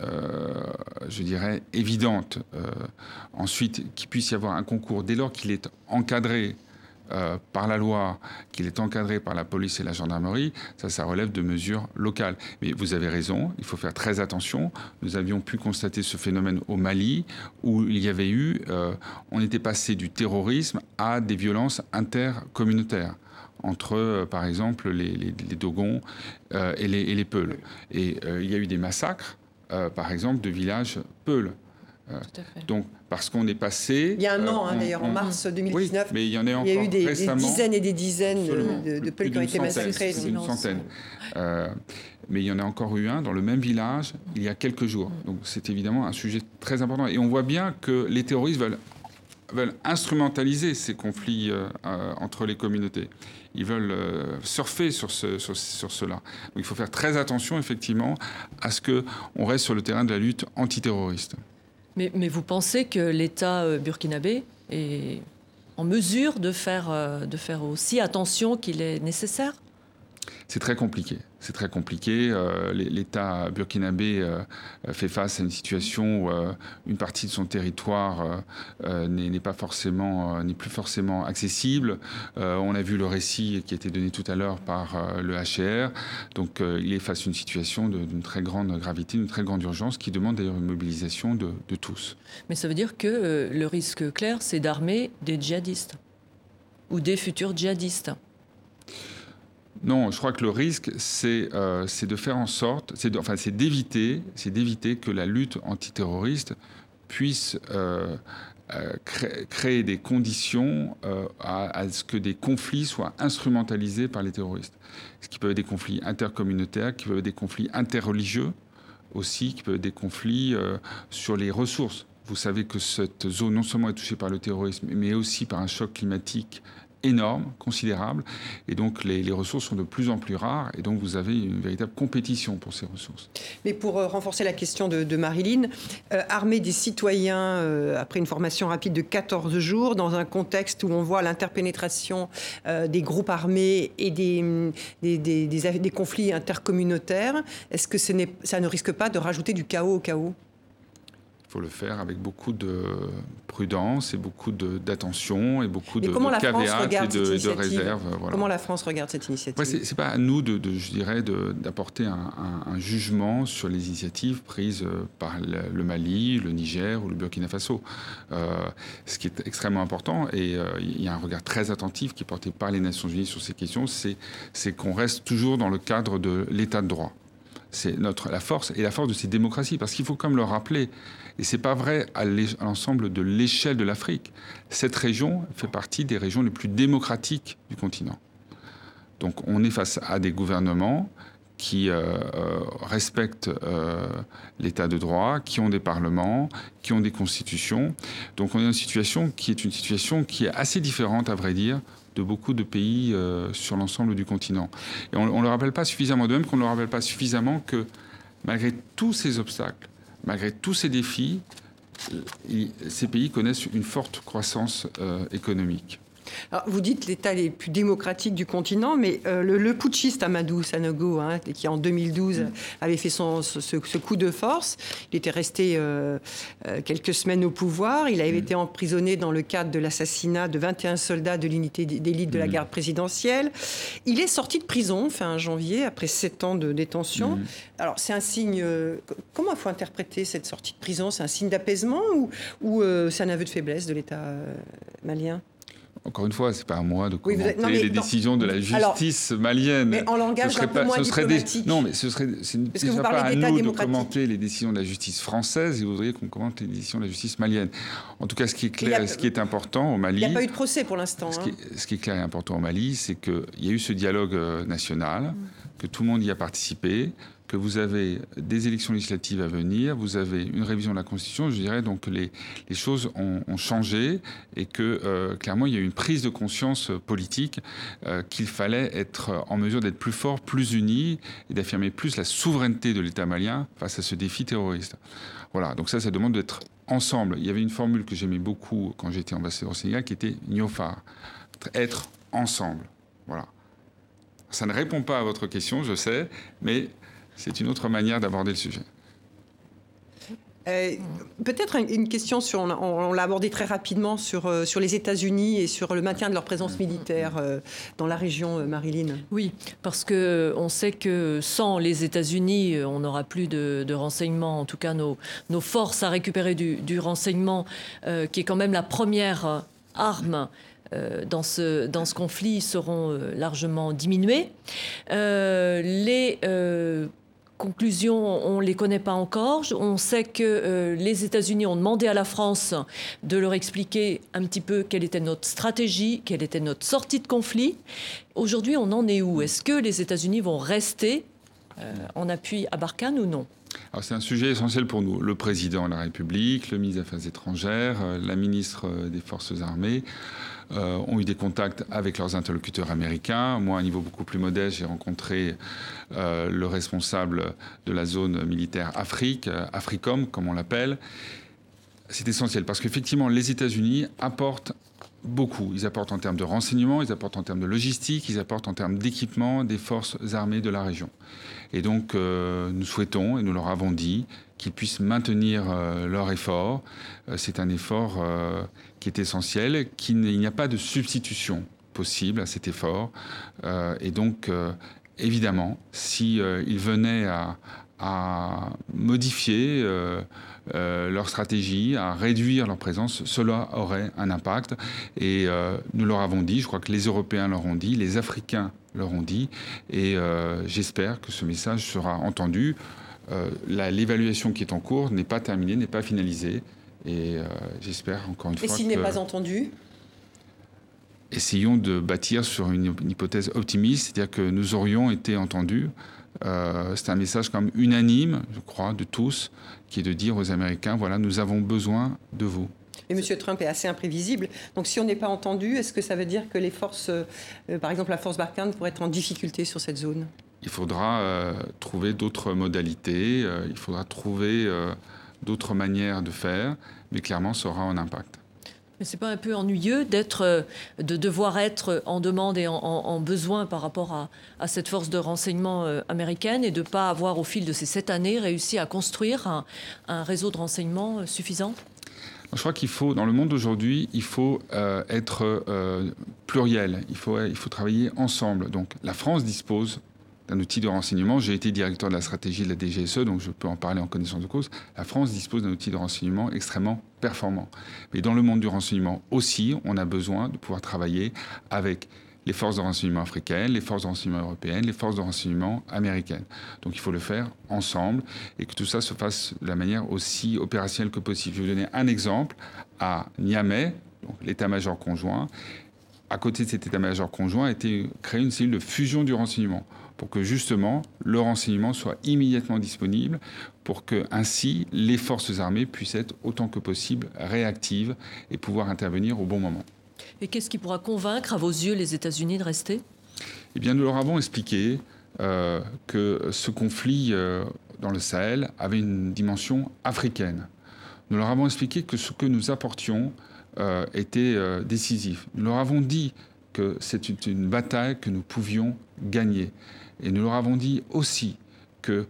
je dirais, évidente. Ensuite, qu'il puisse y avoir un concours dès lors qu'il est encadré par la loi, qu'il est encadré par la police et la gendarmerie, ça relève de mesures locales. Mais vous avez raison, il faut faire très attention. Nous avions pu constater ce phénomène au Mali, où il y avait eu, on était passé du terrorisme à des violences intercommunautaires entre, par exemple, les Dogons et les Peuls. Et il y a eu des massacres, par exemple, de villages Peuls. Donc, parce qu'on est passé... Il y a un an, d'ailleurs, en mars 2019, oui, mais il y en a encore il y a eu des dizaines et des dizaines de Peuls qui ont été massacrés. Une centaine. Mais il y en a encore eu un dans le même village il y a quelques jours. Donc c'est évidemment un sujet très important. Et on voit bien que les terroristes veulent instrumentaliser ces conflits entre les communautés. Ils veulent surfer sur cela. Donc il faut faire très attention, effectivement, à ce qu'on reste sur le terrain de la lutte antiterroriste. Mais vous pensez que l'État burkinabé est en mesure de faire aussi attention qu'il est nécessaire? C'est très compliqué. C'est très compliqué. L'État burkinabé fait face à une situation où une partie de son territoire n'est plus forcément accessible. On a vu le récit qui a été donné tout à l'heure par le HCR. Donc il est face à une situation d'une très grande gravité, d'une très grande urgence qui demande d'ailleurs une mobilisation de tous. Mais ça veut dire que le risque clair, c'est d'armer des djihadistes ou des futurs djihadistes. Non, je crois que le risque, c'est de faire en sorte, c'est d'éviter que la lutte antiterroriste puisse créer des conditions à ce que des conflits soient instrumentalisés par les terroristes. Ce qui peut être des conflits intercommunautaires, qui peuvent être des conflits interreligieux aussi, qui peuvent être des conflits sur les ressources. Vous savez que cette zone non seulement est touchée par le terrorisme, mais aussi par un choc climatique énorme, considérable, et donc les ressources sont de plus en plus rares, et donc vous avez une véritable compétition pour ces ressources. Mais pour renforcer la question de Marilyn, armer des citoyens après une formation rapide de 14 jours, dans un contexte où on voit l'interpénétration des groupes armés et des conflits intercommunautaires, est-ce que ça ne risque pas de rajouter du chaos au chaos ? Il faut le faire avec beaucoup de prudence et beaucoup d'attention et beaucoup de caveats et de réserve. Voilà. Comment la France regarde cette initiative ? C'est pas à nous, je dirais, d'apporter un jugement sur les initiatives prises par le Mali, le Niger ou le Burkina Faso. Ce qui est extrêmement important, et il y a un regard très attentif qui est porté par les Nations Unies sur ces questions, c'est qu'on reste toujours dans le cadre de l'état de droit. C'est la force de ces démocraties. Parce qu'il faut quand même le rappeler, et ce n'est pas vrai à l'ensemble de l'échelle de l'Afrique. Cette région fait partie des régions les plus démocratiques du continent. Donc on est face à des gouvernements qui respectent l'état de droit, qui ont des parlements, qui ont des constitutions. Donc on est dans une situation qui est assez différente, à vrai dire, de beaucoup de pays sur l'ensemble du continent. Et on ne le rappelle pas suffisamment, de même qu'on ne le rappelle pas suffisamment que malgré tous ces obstacles, malgré tous ces défis, ces pays connaissent une forte croissance économique. Alors, vous dites l'État les plus démocratiques du continent, mais le putschiste Amadou Sanogo, qui en 2012 avait fait ce coup de force, il était resté quelques semaines au pouvoir. Il avait été emprisonné dans le cadre de l'assassinat de 21 soldats de l'unité d'élite de la garde présidentielle. Il est sorti de prison fin janvier, après 7 ans de détention. Alors, c'est un signe... comment il faut interpréter cette sortie de prison ? C'est un signe d'apaisement ou c'est un aveu de faiblesse de l'État malien ? Encore une fois, ce n'est pas à moi de commenter les décisions de la justice malienne. Mais en langage un peu moins diplomatique. Non, mais ce serait déjà pas à nous de commenter les décisions de la justice française, et vous voudriez qu'on commente les décisions de la justice malienne. En tout cas, ce qui est clair et ce qui est important au Mali... Il n'y a pas eu de procès pour l'instant. Ce qui est clair et important au Mali, c'est qu'il y a eu ce dialogue national, que tout le monde y a participé, que vous avez des élections législatives à venir, vous avez une révision de la Constitution, je dirais donc les choses ont changé et que clairement il y a eu une prise de conscience politique qu'il fallait être en mesure d'être plus fort, plus unis et d'affirmer plus la souveraineté de l'État malien face à ce défi terroriste. Voilà, donc ça demande d'être ensemble. Il y avait une formule que j'aimais beaucoup quand j'étais ambassadeur au Sénégal qui était « Niofar », être ensemble. Voilà. Ça ne répond pas à votre question, je sais, mais... c'est une autre manière d'aborder le sujet. Peut-être une question, on l'a abordé très rapidement, sur les États-Unis et sur le maintien de leur présence militaire dans la région, Marilyn. Oui, parce qu'on sait que sans les États-Unis, on n'aura plus de renseignements. En tout cas, nos forces à récupérer du renseignement, qui est quand même la première arme dans ce conflit, seront largement diminuées. Les conclusions, on ne les connaît pas encore. On sait que les États-Unis ont demandé à la France de leur expliquer un petit peu quelle était notre stratégie, quelle était notre sortie de conflit. Aujourd'hui, on en est où ? Est-ce que les États-Unis vont rester en appui à Barkhane ou non ? Alors c'est un sujet essentiel pour nous. Le président de la République, le ministre des Affaires étrangères, la ministre des Forces armées ont eu des contacts avec leurs interlocuteurs américains. Moi, à un niveau beaucoup plus modeste, j'ai rencontré le responsable de la zone militaire Afrique, Africom, comme on l'appelle. C'est essentiel parce qu'effectivement, les États-Unis apportent beaucoup. Ils apportent en termes de renseignement, ils apportent en termes de logistique, ils apportent en termes d'équipement des forces armées de la région. Et donc, nous souhaitons, et nous leur avons dit, qu'ils puissent maintenir leur effort. C'est un effort qui est essentiel, il n'y a pas de substitution possible à cet effort. Et donc, évidemment, si ils venaient à modifier leur stratégie, à réduire leur présence, cela aurait un impact. Et nous leur avons dit, je crois que les Européens leur ont dit, les Africains leur ont dit, et j'espère que ce message sera entendu. L'évaluation qui est en cours n'est pas terminée, n'est pas finalisée, et j'espère encore une fois. Et s'il n'est pas entendu ? Essayons de bâtir sur une hypothèse optimiste, c'est-à-dire que nous aurions été entendus. C'est un message quand même unanime, je crois, de tous, qui est de dire aux Américains, voilà, nous avons besoin de vous. Mais M. Trump est assez imprévisible. Donc si on n'est pas entendu, est-ce que ça veut dire que les forces, par exemple la force Barkhane, pourraient être en difficulté sur cette zone? Il faudra trouver d'autres modalités, il faudra trouver d'autres manières de faire, mais clairement, ça aura un impact. Mais c'est pas un peu ennuyeux de devoir être en demande et en besoin par rapport à cette force de renseignement américaine et de ne pas avoir, au fil de ces 7 années, réussi à construire un réseau de renseignement suffisant? Je crois qu'il faut, dans le monde d'aujourd'hui, il faut être pluriel, il faut travailler ensemble. Donc la France dispose d'un outil de renseignement. J'ai été directeur de la stratégie de la DGSE, donc je peux en parler en connaissance de cause. La France dispose d'un outil de renseignement extrêmement performant. Mais dans le monde du renseignement aussi, on a besoin de pouvoir travailler avec les forces de renseignement africaines, les forces de renseignement européennes, les forces de renseignement américaines. Donc il faut le faire ensemble et que tout ça se fasse de la manière aussi opérationnelle que possible. Je vais vous donner un exemple. À Niamey, donc l'état-major conjoint, à côté de cet état-major conjoint a été créée une cellule de fusion du renseignement pour que justement le renseignement soit immédiatement disponible, pour que ainsi les forces armées puissent être autant que possible réactives et pouvoir intervenir au bon moment. Et qu'est-ce qui pourra convaincre, à vos yeux, les États-Unis de rester? Eh bien, nous leur avons expliqué que ce conflit dans le Sahel avait une dimension africaine. Nous leur avons expliqué que ce que nous apportions était décisif. Nous leur avons dit que c'est une bataille que nous pouvions gagner. Et nous leur avons dit aussi que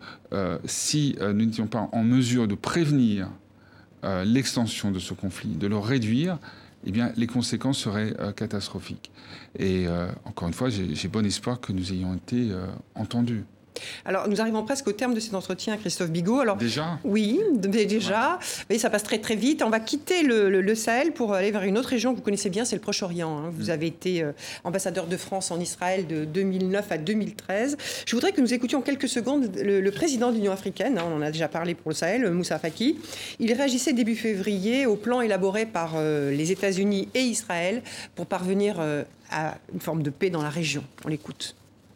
si nous n'étions pas en mesure de prévenir l'extension de ce conflit, de le réduire, eh bien, les conséquences seraient catastrophiques. Et encore une fois, j'ai bon espoir que nous ayons été entendus. Alors, nous arrivons presque au terme de cet entretien, Christophe Bigot. Alors, déjà? Oui, déjà. Mais ça passe très très vite. On va quitter le Sahel pour aller vers une autre région que vous connaissez bien, c'est le Proche-Orient. Hein. Vous avez été ambassadeur de France en Israël de 2009 à 2013. Je voudrais que nous écoutions en quelques secondes le président de l'Union africaine, hein, on en a déjà parlé pour le Sahel, Moussa Faki. Il réagissait début février au plan élaboré par les États-Unis et Israël pour parvenir à une forme de paix dans la région. On l'écoute.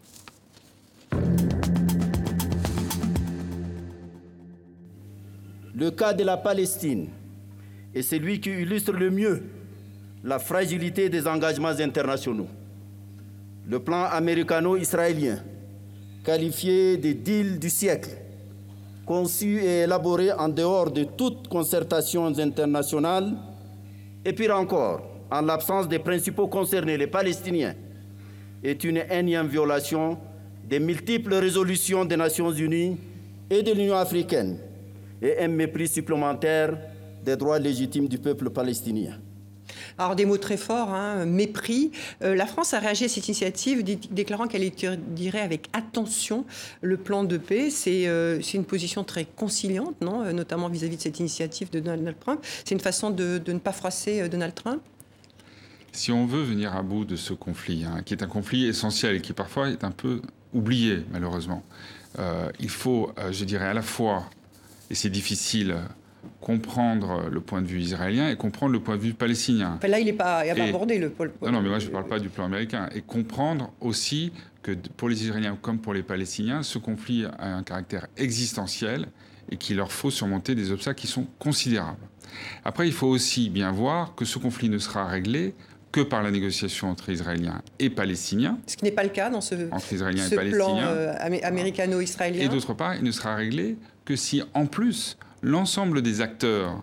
Le cas de la Palestine est celui qui illustre le mieux la fragilité des engagements internationaux. Le plan américano-israélien, qualifié de deal du siècle, conçu et élaboré en dehors de toutes concertations internationales, et pire encore, en l'absence des principaux concernés, les Palestiniens, est une énième violation des multiples résolutions des Nations Unies et de l'Union africaine, et un mépris supplémentaire des droits légitimes du peuple palestinien. Alors des mots très forts, hein, mépris. La France a réagi à cette initiative déclarant qu'elle étudierait avec attention le plan de paix. C'est une position très conciliante, non, notamment vis-à-vis de cette initiative de Donald Trump. C'est une façon de ne pas froisser Donald Trump? Si on veut venir à bout de ce conflit, hein, qui est un conflit essentiel et qui parfois est un peu oublié, malheureusement, il faut, je dirais, à la fois, et c'est difficile, comprendre le point de vue israélien et comprendre le point de vue palestinien. Enfin, là, il n'a pas abordé le pôle. Non, mais moi, je ne parle pas du plan américain. Et comprendre aussi que pour les Israéliens comme pour les Palestiniens, ce conflit a un caractère existentiel et qu'il leur faut surmonter des obstacles qui sont considérables. Après, il faut aussi bien voir que ce conflit ne sera réglé que par la négociation entre Israéliens et Palestiniens. Ce qui n'est pas le cas dans ce plan américano-israélien. Et d'autre part, il ne sera réglé que si, en plus, l'ensemble des acteurs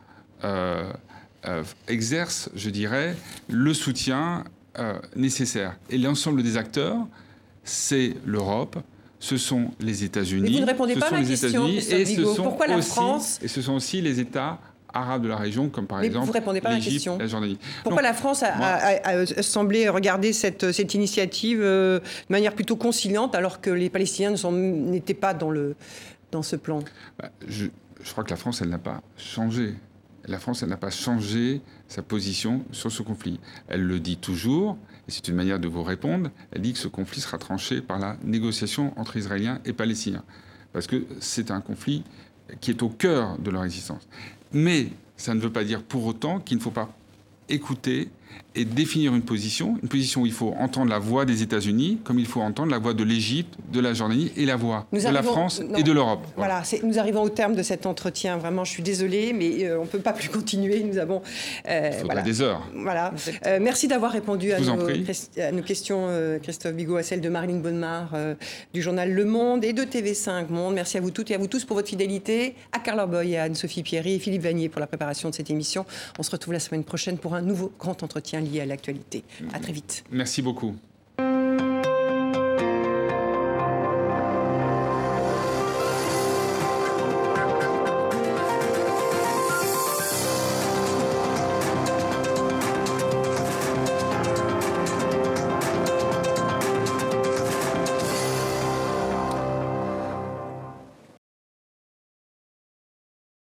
exercent, je dirais, le soutien nécessaire. Et l'ensemble des acteurs, c'est l'Europe, ce sont les États-Unis. Mais vous ne répondez pas à la question, Christophe Bigot. Pourquoi la France... Et ce sont aussi les États arabes de la région, comme par exemple l'Égypte, la Jordanie. Pourquoi la France a semblé regarder cette initiative de manière plutôt conciliante, alors que les Palestiniens n'étaient pas dans ce plan? Je crois que la France, elle n'a pas changé. La France, elle n'a pas changé sa position sur ce conflit. Elle le dit toujours, et c'est une manière de vous répondre, elle dit que ce conflit sera tranché par la négociation entre Israéliens et Palestiniens. Parce que c'est un conflit qui est au cœur de leur existence. Mais ça ne veut pas dire pour autant qu'il ne faut pas écouter et définir une position où il faut entendre la voix des États-Unis, comme il faut entendre la voix de l'Égypte, de la Jordanie et la voix de la France et de l'Europe. Voilà, nous arrivons au terme de cet entretien. Vraiment, je suis désolée, mais on ne peut pas plus continuer. Nous avons... il faudra des heures. Voilà. Merci d'avoir répondu à nos questions, Christophe Bigot, à celles de Marilyn Bonnemar, du journal Le Monde et de TV5 Monde. Merci à vous toutes et à vous tous pour votre fidélité. À Carla Boy et à Anne-Sophie Pierry et Philippe Vanier pour la préparation de cette émission. On se retrouve la semaine prochaine pour un nouveau grand entretien lié à l'actualité. À très vite. Merci beaucoup.